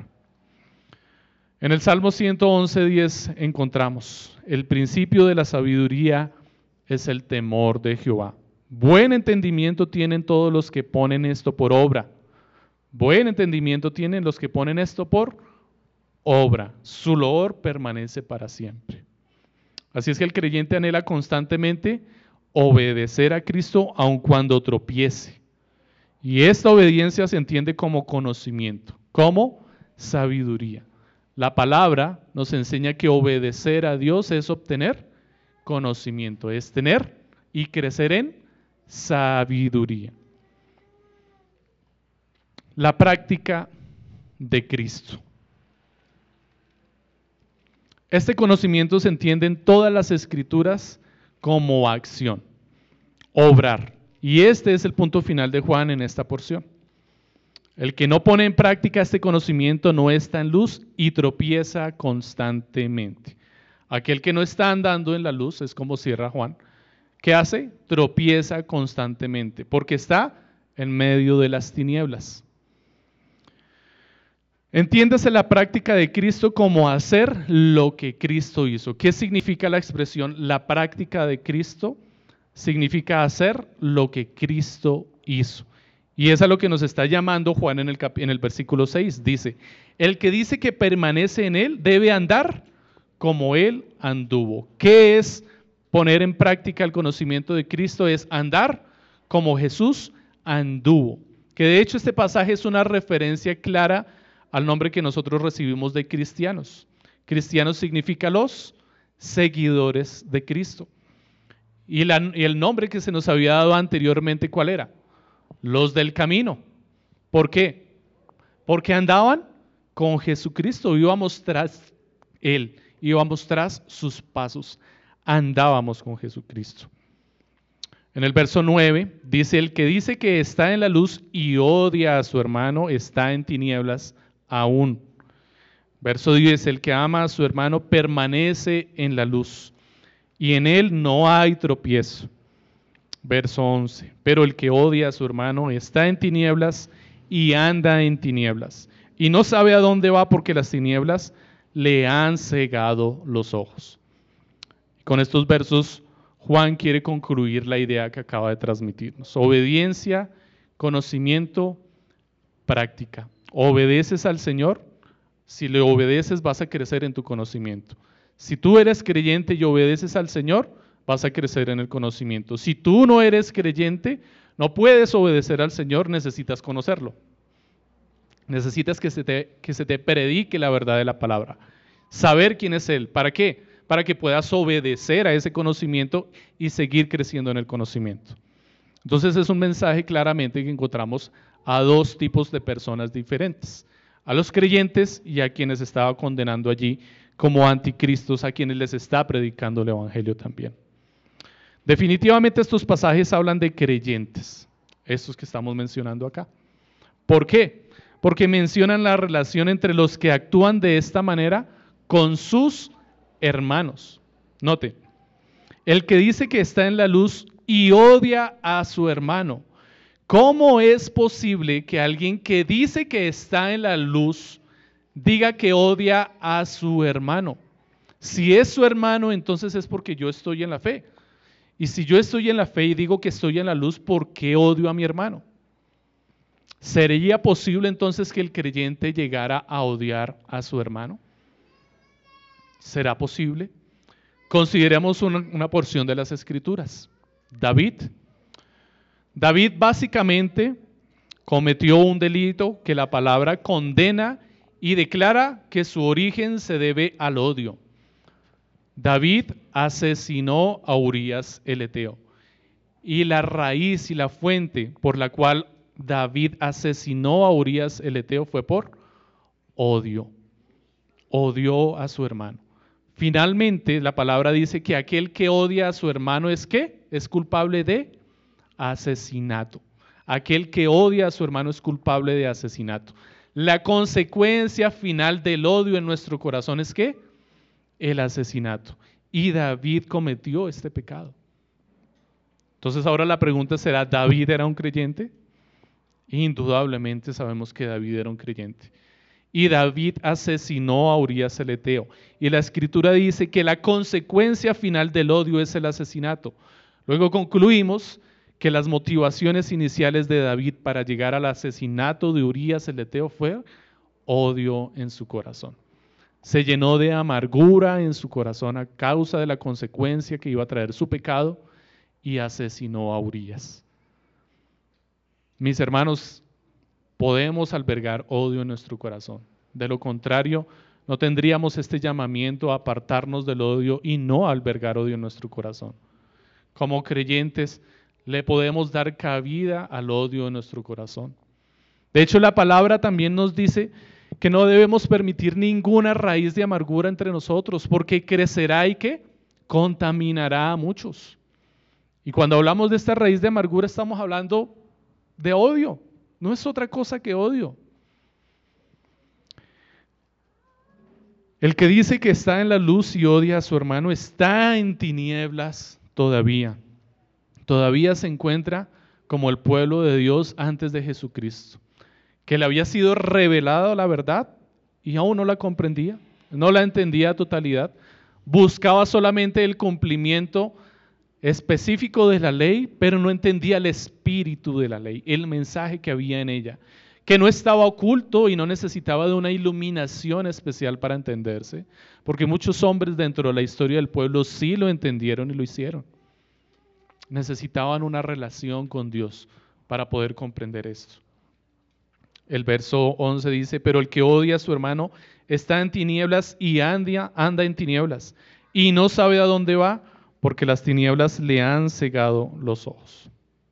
En el Salmo 111:10 encontramos, el principio de la sabiduría es el temor de Jehová. Buen entendimiento tienen todos los que ponen esto por obra. Buen entendimiento tienen los que ponen esto por obra. Su loor permanece para siempre. Así es que el creyente anhela constantemente obedecer a Cristo aun cuando tropiece. Y esta obediencia se entiende como conocimiento, como sabiduría. La palabra nos enseña que obedecer a Dios es obtener conocimiento, es tener y crecer en sabiduría. La práctica de Cristo. Este conocimiento se entiende en todas las escrituras como acción, obrar. Y este es el punto final de Juan en esta porción. El que no pone en práctica este conocimiento no está en luz y tropieza constantemente. Aquel que no está andando en la luz, es como cierra Juan, ¿qué hace? Tropieza constantemente, porque está en medio de las tinieblas. Entiéndase la práctica de Cristo como hacer lo que Cristo hizo. ¿Qué significa la expresión la práctica de Cristo? Significa hacer lo que Cristo hizo. Y es a lo que nos está llamando Juan en el versículo 6. Dice, el que dice que permanece en él debe andar como él anduvo. ¿Qué es poner en práctica el conocimiento de Cristo? Es andar como Jesús anduvo. Que de hecho este pasaje es una referencia clara al nombre que nosotros recibimos de cristianos. Cristianos significa los seguidores de Cristo. Y el nombre que se nos había dado anteriormente, ¿cuál era? Los del camino. ¿Por qué? Porque andaban con Jesucristo, íbamos tras Él, íbamos tras sus pasos, andábamos con Jesucristo. En el verso 9 dice, el que dice que está en la luz y odia a su hermano está en tinieblas aún. Verso 10, el que ama a su hermano permanece en la luz y en él no hay tropiezo. Verso 11, pero el que odia a su hermano está en tinieblas y anda en tinieblas y no sabe a dónde va porque las tinieblas le han cegado los ojos. Con estos versos Juan quiere concluir la idea que acaba de transmitirnos. Obediencia, conocimiento, práctica. Obedeces al Señor, si le obedeces vas a crecer en tu conocimiento. Si tú eres creyente y obedeces al Señor, vas a crecer en el conocimiento. Si tú no eres creyente, no puedes obedecer al Señor, necesitas conocerlo. Necesitas que se te predique la verdad de la palabra. Saber quién es Él. ¿Para qué? Para que puedas obedecer a ese conocimiento y seguir creciendo en el conocimiento. Entonces es un mensaje claramente que encontramos a dos tipos de personas diferentes. A los creyentes y a quienes estaba condenando allí como anticristos, a quienes les está predicando el evangelio también. Definitivamente estos pasajes hablan de creyentes, estos que estamos mencionando acá. ¿Por qué? Porque mencionan la relación entre los que actúan de esta manera con sus hermanos. Note, el que dice que está en la luz y odia a su hermano. ¿Cómo es posible que alguien que dice que está en la luz diga que odia a su hermano? Si es su hermano, entonces es porque yo estoy en la fe. Y si yo estoy en la fe y digo que estoy en la luz, ¿por qué odio a mi hermano? ¿Sería posible entonces que el creyente llegara a odiar a su hermano? ¿Será posible? Consideremos una porción de las Escrituras. David básicamente cometió un delito que la palabra condena y declara que su origen se debe al odio. David asesinó a Urías el Eteo. Y la raíz y la fuente por la cual David asesinó a Urías el Eteo fue por odio. Odió a su hermano. Finalmente, la palabra dice que aquel que odia a su hermano es ¿qué? Es culpable de asesinato. Aquel que odia a su hermano es culpable de asesinato. La consecuencia final del odio en nuestro corazón es ¿qué? El asesinato. Y David cometió este pecado. Entonces ahora la pregunta será, ¿David era un creyente? Indudablemente sabemos que David era un creyente. Y David asesinó a Urías el Eteo. Y la Escritura dice que la consecuencia final del odio es el asesinato. Luego concluimos que las motivaciones iniciales de David para llegar al asesinato de Urías el Eteo fue odio en su corazón. Se llenó de amargura en su corazón a causa de la consecuencia que iba a traer su pecado y asesinó a Urías. Mis hermanos, podemos albergar odio en nuestro corazón. De lo contrario, no tendríamos este llamamiento a apartarnos del odio y no albergar odio en nuestro corazón. Como creyentes, le podemos dar cabida al odio en nuestro corazón. De hecho, la palabra también nos dice que no debemos permitir ninguna raíz de amargura entre nosotros, porque crecerá y que contaminará a muchos. Y cuando hablamos de esta raíz de amargura estamos hablando de odio, no es otra cosa que odio. El que dice que está en la luz y odia a su hermano está en tinieblas todavía. Todavía se encuentra como el pueblo de Dios antes de Jesucristo, que le había sido revelada la verdad y aún no la comprendía, no la entendía a totalidad, buscaba solamente el cumplimiento específico de la ley, pero no entendía el espíritu de la ley, el mensaje que había en ella, que no estaba oculto y no necesitaba de una iluminación especial para entenderse, porque muchos hombres dentro de la historia del pueblo sí lo entendieron y lo hicieron. Necesitaban una relación con Dios para poder comprender esto. El verso 11 dice, pero el que odia a su hermano está en tinieblas y anda en tinieblas y no sabe a dónde va porque las tinieblas le han cegado los ojos.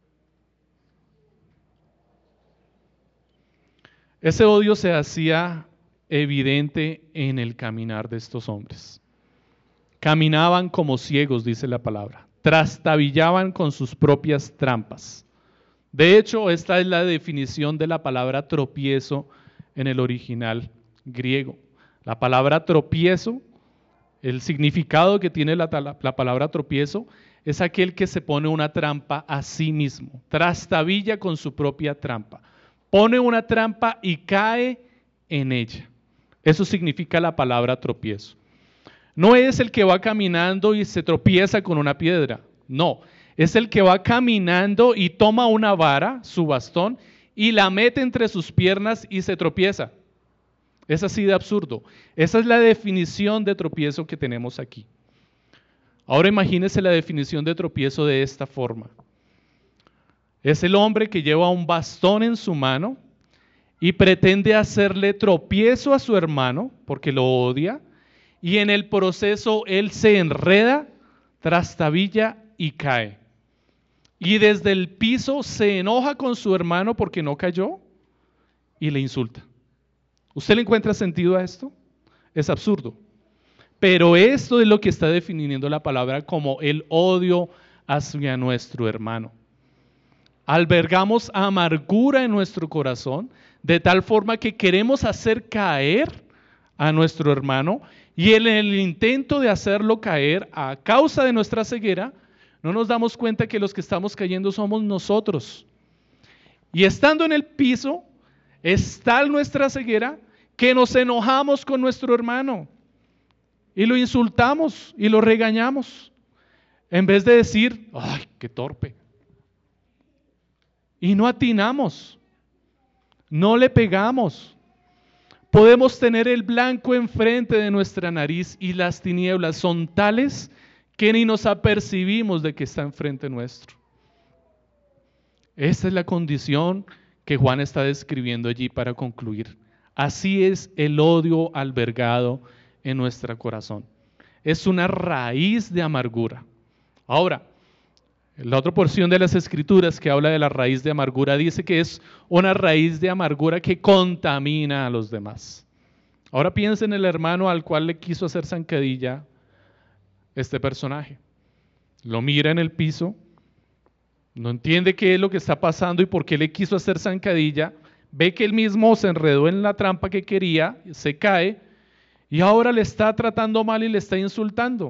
Ese odio se hacía evidente en el caminar de estos hombres. Caminaban como ciegos, dice la palabra. Trastabillaban con sus propias trampas. De hecho, esta es la definición de la palabra tropiezo en el original griego. La palabra tropiezo, el significado que tiene la palabra tropiezo, es aquel que se pone una trampa a sí mismo, trastabilla con su propia trampa, pone una trampa y cae en ella. Eso significa la palabra tropiezo. No es el que va caminando y se tropieza con una piedra, no. Es el que va caminando y toma una vara, su bastón, y la mete entre sus piernas y se tropieza. Es así de absurdo. Esa es la definición de tropiezo que tenemos aquí. Ahora imagínese la definición de tropiezo de esta forma. Es el hombre que lleva un bastón en su mano y pretende hacerle tropiezo a su hermano porque lo odia, y en el proceso él se enreda, trastabilla y cae. Y desde el piso se enoja con su hermano porque no cayó y le insulta. ¿Usted le encuentra sentido a esto? Es absurdo. Pero esto es lo que está definiendo la palabra como el odio hacia nuestro hermano. Albergamos amargura en nuestro corazón de tal forma que queremos hacer caer a nuestro hermano, y en el intento de hacerlo caer a causa de nuestra ceguera, no nos damos cuenta que los que estamos cayendo somos nosotros. Y estando en el piso, es tal nuestra ceguera que nos enojamos con nuestro hermano y lo insultamos y lo regañamos, en vez de decir, ¡ay, qué torpe! Y no atinamos, no le pegamos. Podemos tener el blanco enfrente de nuestra nariz y las tinieblas son tales que ni nos apercibimos de que está enfrente nuestro. Esta es la condición que Juan está describiendo allí para concluir. Así es el odio albergado en nuestro corazón. Es una raíz de amargura. Ahora, la otra porción de las Escrituras que habla de la raíz de amargura dice que es una raíz de amargura que contamina a los demás. Ahora piensa en el hermano al cual le quiso hacer zancadilla este personaje. Lo mira en el piso, no entiende qué es lo que está pasando y por qué le quiso hacer zancadilla, ve que él mismo se enredó en la trampa que quería, se cae y ahora le está tratando mal y le está insultando.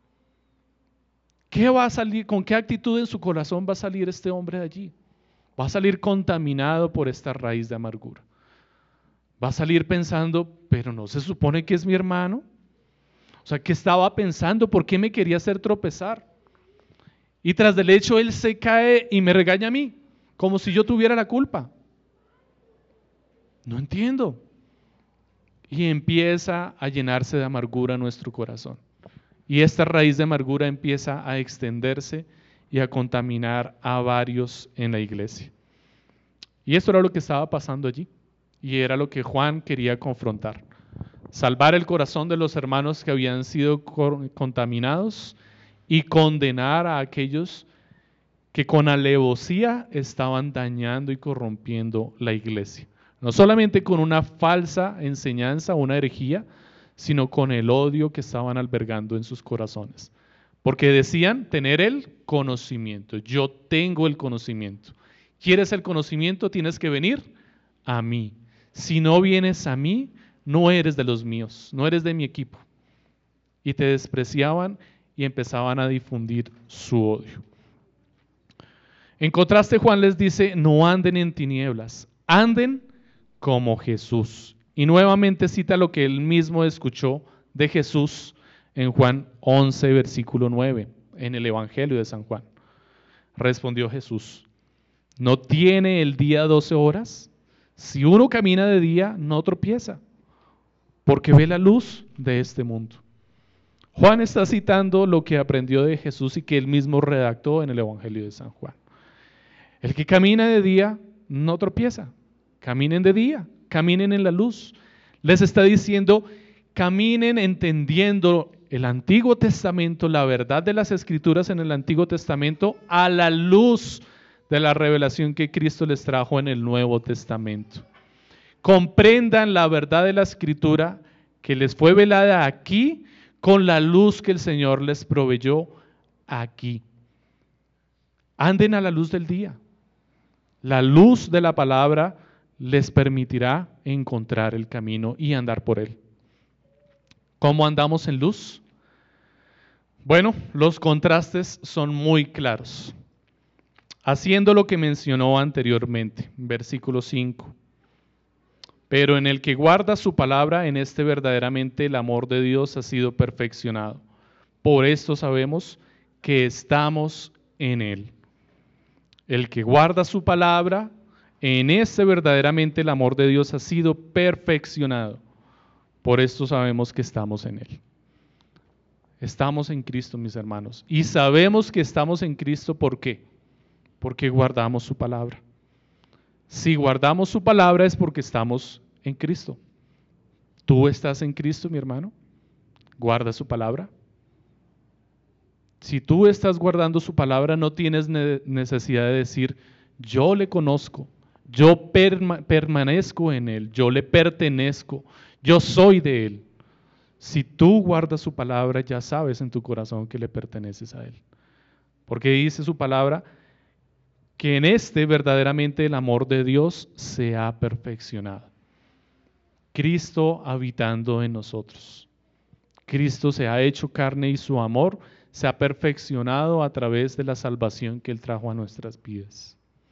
¿Qué va a salir? ¿Con qué actitud en su corazón va a salir este hombre de allí? Va a salir contaminado por esta raíz de amargura. Va a salir pensando, pero no se supone que es mi hermano. O sea, ¿qué estaba pensando? ¿Por qué me quería hacer tropezar? Y tras del hecho él se cae y me regaña a mí, como si yo tuviera la culpa. No entiendo. Y empieza a llenarse de amargura nuestro corazón. Y esta raíz de amargura empieza a extenderse y a contaminar a varios en la iglesia. Y esto era lo que estaba pasando allí. Y era lo que Juan quería confrontar. Salvar el corazón de los hermanos que habían sido contaminados y condenar a aquellos que con alevosía estaban dañando y corrompiendo la iglesia. No solamente con una falsa enseñanza, una herejía, sino con el odio que estaban albergando en sus corazones. Porque decían tener el conocimiento. Yo tengo el conocimiento. ¿Quieres el conocimiento? Tienes que venir a mí. Si no vienes a mí, no eres de los míos, no eres de mi equipo. Y te despreciaban y empezaban a difundir su odio. En contraste, Juan les dice, no anden en tinieblas, anden como Jesús. Y nuevamente cita lo que él mismo escuchó de Jesús en Juan 11, versículo 9, en el Evangelio de San Juan. Respondió Jesús, ¿no tiene el día 12 horas? Si uno camina de día, no tropieza, porque ve la luz de este mundo. Juan está citando lo que aprendió de Jesús y que él mismo redactó en el Evangelio de San Juan. El que camina de día no tropieza. Caminen de día, caminen en la luz. Les está diciendo, caminen entendiendo el Antiguo Testamento, la verdad de las Escrituras en el Antiguo Testamento, a la luz de la revelación que Cristo les trajo en el Nuevo Testamento. Comprendan la verdad de la Escritura que les fue velada aquí con la luz que el Señor les proveyó aquí. Anden a la luz del día. La luz de la palabra les permitirá encontrar el camino y andar por él. ¿Cómo andamos en luz? Bueno, los contrastes son muy claros. Haciendo lo que mencionó anteriormente, versículo 5. Pero en el que guarda su palabra, en este verdaderamente el amor de Dios ha sido perfeccionado. Por esto sabemos que estamos en él. El que guarda su palabra, en este verdaderamente el amor de Dios ha sido perfeccionado. Por esto sabemos que estamos en él. Estamos en Cristo, mis hermanos. Y sabemos que estamos en Cristo, ¿por qué? Porque guardamos su palabra. Si guardamos su palabra es porque estamos en Cristo. ¿Tú estás en Cristo, mi hermano? ¿Guarda su palabra? Si tú estás guardando su palabra, no tienes necesidad de decir, yo le conozco, yo permanezco en él, yo le pertenezco, yo soy de él. Si tú guardas su palabra, ya sabes en tu corazón que le perteneces a él. Porque dice su palabra que en este verdaderamente el amor de Dios se ha perfeccionado. Cristo habitando en nosotros. Cristo se ha hecho carne y su amor se ha perfeccionado a través de la salvación que él trajo a nuestras vidas.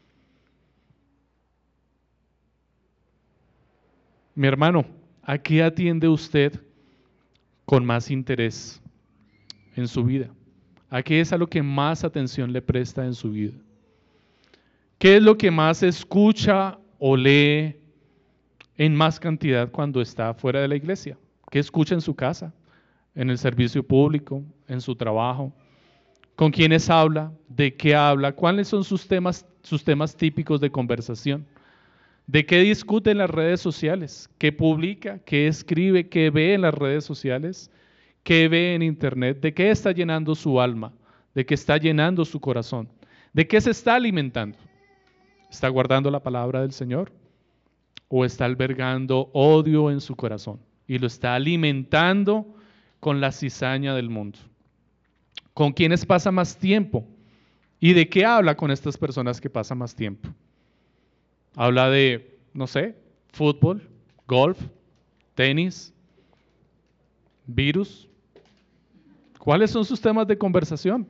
Mi hermano, ¿a qué atiende usted con más interés en su vida? ¿A qué es a lo que más atención le presta en su vida? ¿Qué es lo que más escucha o lee en más cantidad cuando está fuera de la iglesia? ¿Qué escucha en su casa, en el servicio público, en su trabajo? ¿Con quiénes habla? ¿De qué habla? ¿Cuáles son sus temas típicos de conversación? ¿De qué discute en las redes sociales? ¿Qué publica? ¿Qué escribe? ¿Qué ve en las redes sociales? ¿Qué ve en internet? ¿De qué está llenando su alma? ¿De qué está llenando su corazón? ¿De qué se está alimentando? ¿Está guardando la palabra del Señor? ¿O está albergando odio en su corazón y lo está alimentando con la cizaña del mundo? ¿Con quiénes pasa más tiempo? ¿Y de qué habla con estas personas que pasan más tiempo? Habla de, no sé, fútbol, golf, tenis, virus. ¿Cuáles son sus temas de conversación?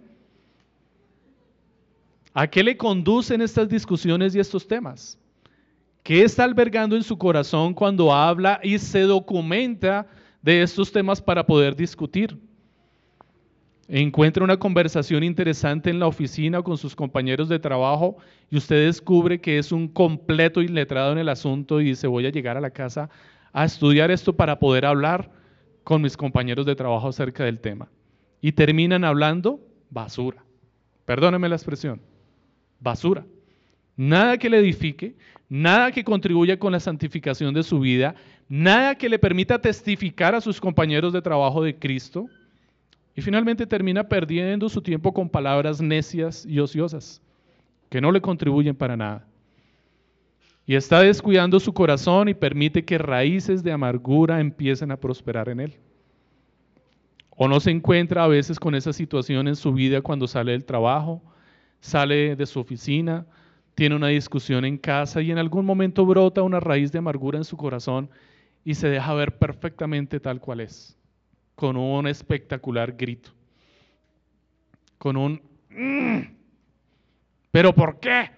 ¿A qué le conducen estas discusiones y estos temas? ¿Qué está albergando en su corazón cuando habla y se documenta de estos temas para poder discutir? Encuentra una conversación interesante en la oficina o con sus compañeros de trabajo y usted descubre que es un completo iletrado en el asunto y dice, voy a llegar a la casa a estudiar esto para poder hablar con mis compañeros de trabajo acerca del tema. Y terminan hablando basura. Perdóneme la expresión, basura. Nada que le edifique, nada que contribuya con la santificación de su vida, nada que le permita testificar a sus compañeros de trabajo de Cristo. Y finalmente termina perdiendo su tiempo con palabras necias y ociosas, que no le contribuyen para nada. y está descuidando su corazón y permite que raíces de amargura empiecen a prosperar en él. O no se encuentra a veces con esa situación en su vida cuando sale del trabajo, sale de su oficina, tiene una discusión en casa y en algún momento brota una raíz de amargura en su corazón y se deja ver perfectamente tal cual es, con un espectacular grito, con un ¿pero por qué?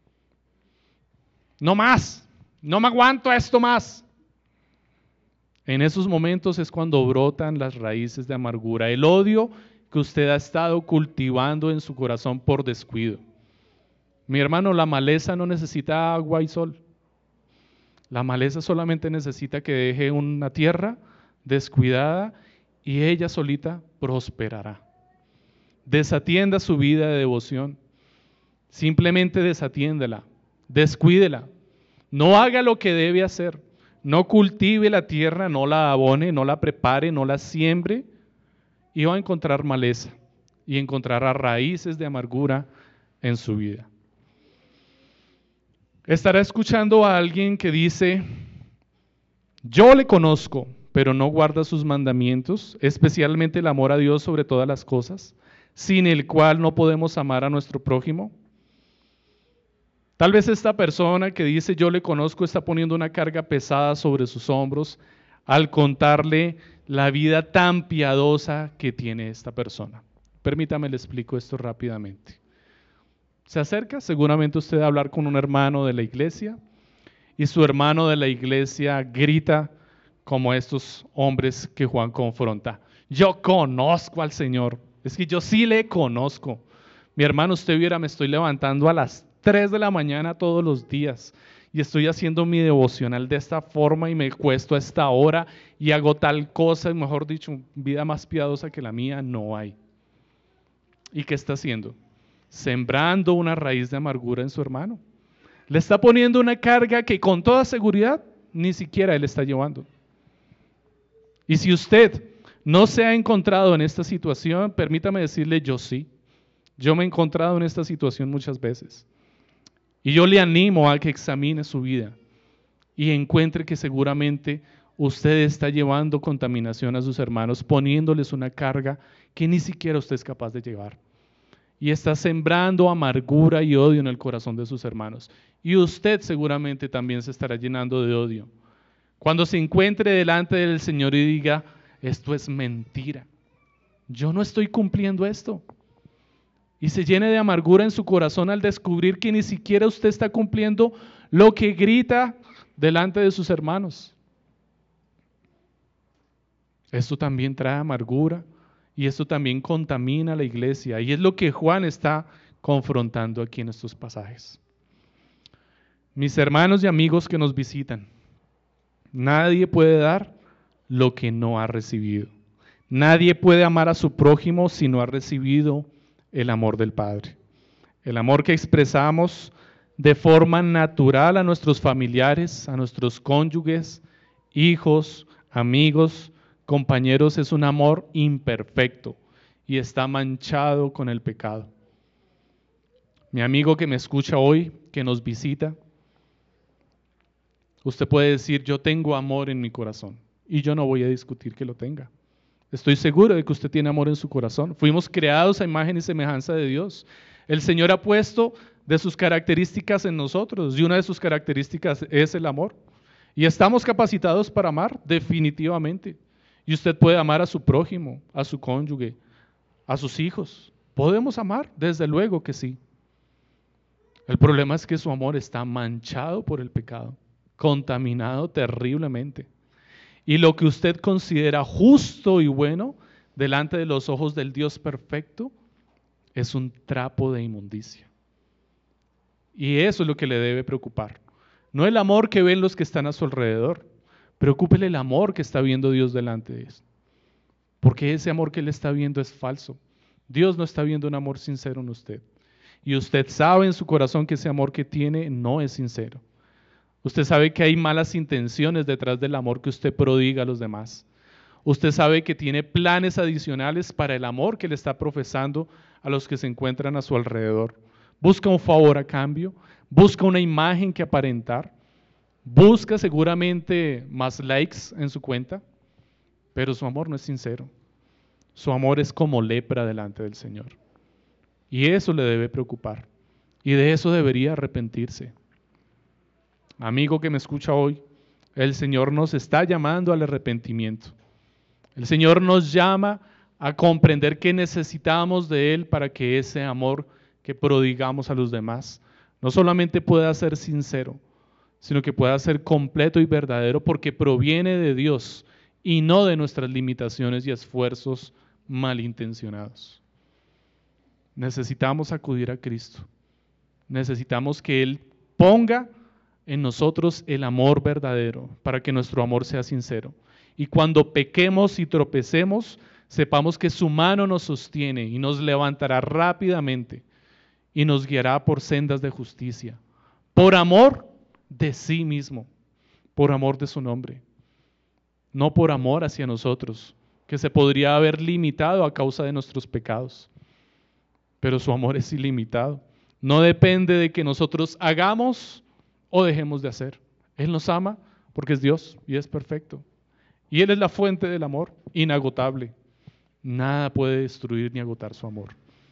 No más, no me aguanto esto más. En esos momentos es cuando brotan las raíces de amargura, el odio que usted ha estado cultivando en su corazón por descuido. Mi hermano, la maleza no necesita agua y sol. La maleza solamente necesita que deje una tierra descuidada y ella solita prosperará. Desatienda su vida de devoción. Simplemente desatiéndela, descuídela. No haga lo que debe hacer. No cultive la tierra, no la abone, no la prepare, no la siembre. Y va a encontrar maleza y encontrará raíces de amargura en su vida. Estará escuchando a alguien que dice, yo le conozco, pero no guarda sus mandamientos, especialmente el amor a Dios sobre todas las cosas, sin el cual no podemos amar a nuestro prójimo. Tal vez esta persona que dice yo le conozco está poniendo una carga pesada sobre sus hombros al contarle la vida tan piadosa que tiene esta persona. Permítame, le explico esto rápidamente. Se acerca seguramente usted a hablar con un hermano de la iglesia y su hermano de la iglesia grita como estos hombres que Juan confronta. Yo conozco al Señor, es que yo sí le conozco. Mi hermano, usted viera, me estoy levantando a las 3 de la mañana todos los días y estoy haciendo mi devocional de esta forma y me cuesto a esta hora y hago tal cosa, mejor dicho, vida más piadosa que la mía no hay. ¿Y qué está haciendo? Sembrando una raíz de amargura en su hermano. Le está poniendo una carga que con toda seguridad ni siquiera él está llevando. Y si usted no se ha encontrado en esta situación, permítame decirle, yo sí. Yo me he encontrado en esta situación muchas veces. Y yo le animo a que examine su vida y encuentre que seguramente usted está llevando contaminación a sus hermanos, poniéndoles una carga que ni siquiera usted es capaz de llevar. Y está sembrando amargura y odio en el corazón de sus hermanos. Y usted seguramente también se estará llenando de odio. Cuando se encuentre delante del Señor y diga, esto es mentira, yo no estoy cumpliendo esto. Y se llene de amargura en su corazón al descubrir que ni siquiera usted está cumpliendo lo que grita delante de sus hermanos. Esto también trae amargura y esto también contamina a la iglesia. Y es lo que Juan está confrontando aquí en estos pasajes. Mis hermanos y amigos que nos visitan, nadie puede dar lo que no ha recibido. Nadie puede amar a su prójimo si no ha recibido el amor del Padre. El amor que expresamos de forma natural a nuestros familiares, a nuestros cónyuges, hijos, amigos, compañeros, es un amor imperfecto y está manchado con el pecado. Mi amigo que me escucha hoy, que nos visita, usted puede decir, yo tengo amor en mi corazón y yo no voy a discutir que lo tenga. Estoy seguro de que usted tiene amor en su corazón. Fuimos creados a imagen y semejanza de Dios. El Señor ha puesto de sus características en nosotros y una de sus características es el amor. Y estamos capacitados para amar, definitivamente. Y usted puede amar a su prójimo, a su cónyuge, a sus hijos. ¿Podemos amar? Desde luego que sí. El problema es que su amor está manchado por el pecado, contaminado terriblemente. Y lo que usted considera justo y bueno delante de los ojos del Dios perfecto es un trapo de inmundicia. Y eso es lo que le debe preocupar. No el amor que ven los que están a su alrededor. Preocúpele el amor que está viendo Dios delante de él. Porque ese amor que él está viendo es falso. Dios no está viendo un amor sincero en usted. Y usted sabe en su corazón que ese amor que tiene no es sincero. Usted sabe que hay malas intenciones detrás del amor que usted prodiga a los demás. Usted sabe que tiene planes adicionales para el amor que le está profesando a los que se encuentran a su alrededor. Busca un favor a cambio, busca una imagen que aparentar, busca seguramente más likes en su cuenta, pero su amor no es sincero. Su amor es como lepra delante del Señor. Y eso le debe preocupar. Y de eso debería arrepentirse. Amigo que me escucha hoy, el Señor nos está llamando al arrepentimiento. El Señor nos llama a comprender que necesitamos de Él para que ese amor que prodigamos a los demás no solamente pueda ser sincero, sino que pueda ser completo y verdadero porque proviene de Dios y no de nuestras limitaciones y esfuerzos malintencionados. Necesitamos acudir a Cristo. Necesitamos que Él ponga en nosotros el amor verdadero para que nuestro amor sea sincero. Y cuando pequemos y tropecemos, sepamos que su mano nos sostiene y nos levantará rápidamente y nos guiará por sendas de justicia, por amor de sí mismo, por amor de su nombre, no por amor hacia nosotros, que se podría haber limitado a causa de nuestros pecados. Pero su amor es ilimitado. No depende de que nosotros hagamos o dejemos de hacer. Él nos ama porque es Dios y es perfecto. Y Él es la fuente del amor, inagotable. Nada puede destruir ni agotar su amor.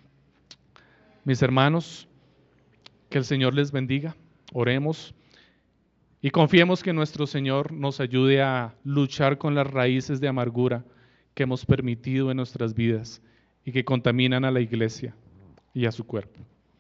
Mis hermanos, que el Señor les bendiga. Oremos y confiemos que nuestro Señor nos ayude a luchar con las raíces de amargura que hemos permitido en nuestras vidas y que contaminan a la iglesia y a su cuerpo.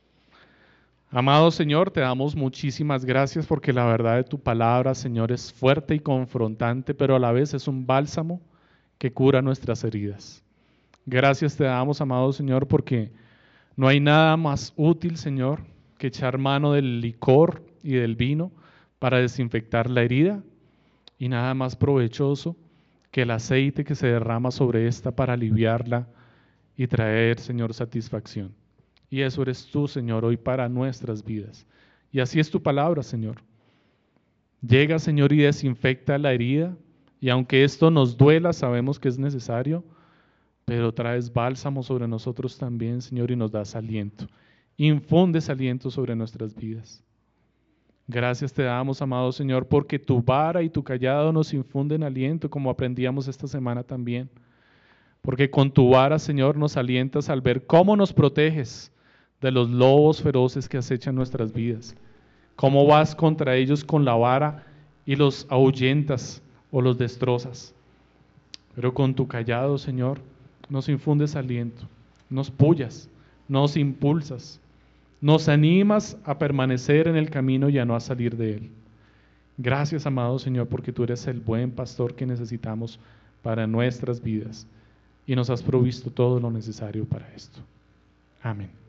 Amado Señor, te damos muchísimas gracias porque la verdad de tu palabra, Señor, es fuerte y confrontante, pero a la vez es un bálsamo que cura nuestras heridas. Gracias te damos, amado Señor, porque no hay nada más útil, Señor, que echar mano del licor y del vino para desinfectar la herida, y nada más provechoso que el aceite que se derrama sobre esta para aliviarla y traer, Señor, satisfacción. Y eso eres tú, Señor, hoy para nuestras vidas. Y así es tu palabra, Señor. Llega, Señor, y desinfecta la herida, y aunque esto nos duela, sabemos que es necesario, pero traes bálsamo sobre nosotros también, Señor, y nos das aliento. Infundes aliento sobre nuestras vidas. Gracias te damos, amado Señor, porque tu vara y tu cayado nos infunden aliento, como aprendíamos esta semana también. Porque con tu vara, Señor, nos alientas al ver cómo nos proteges de los lobos feroces que acechan nuestras vidas. Cómo vas contra ellos con la vara y los ahuyentas o los destrozas. Pero con tu cayado, Señor, nos infundes aliento, nos pullas, nos impulsas, nos animas a permanecer en el camino y a no a salir de él. Gracias, amado Señor, porque tú eres el buen pastor que necesitamos para nuestras vidas y nos has provisto todo lo necesario para esto. Amén.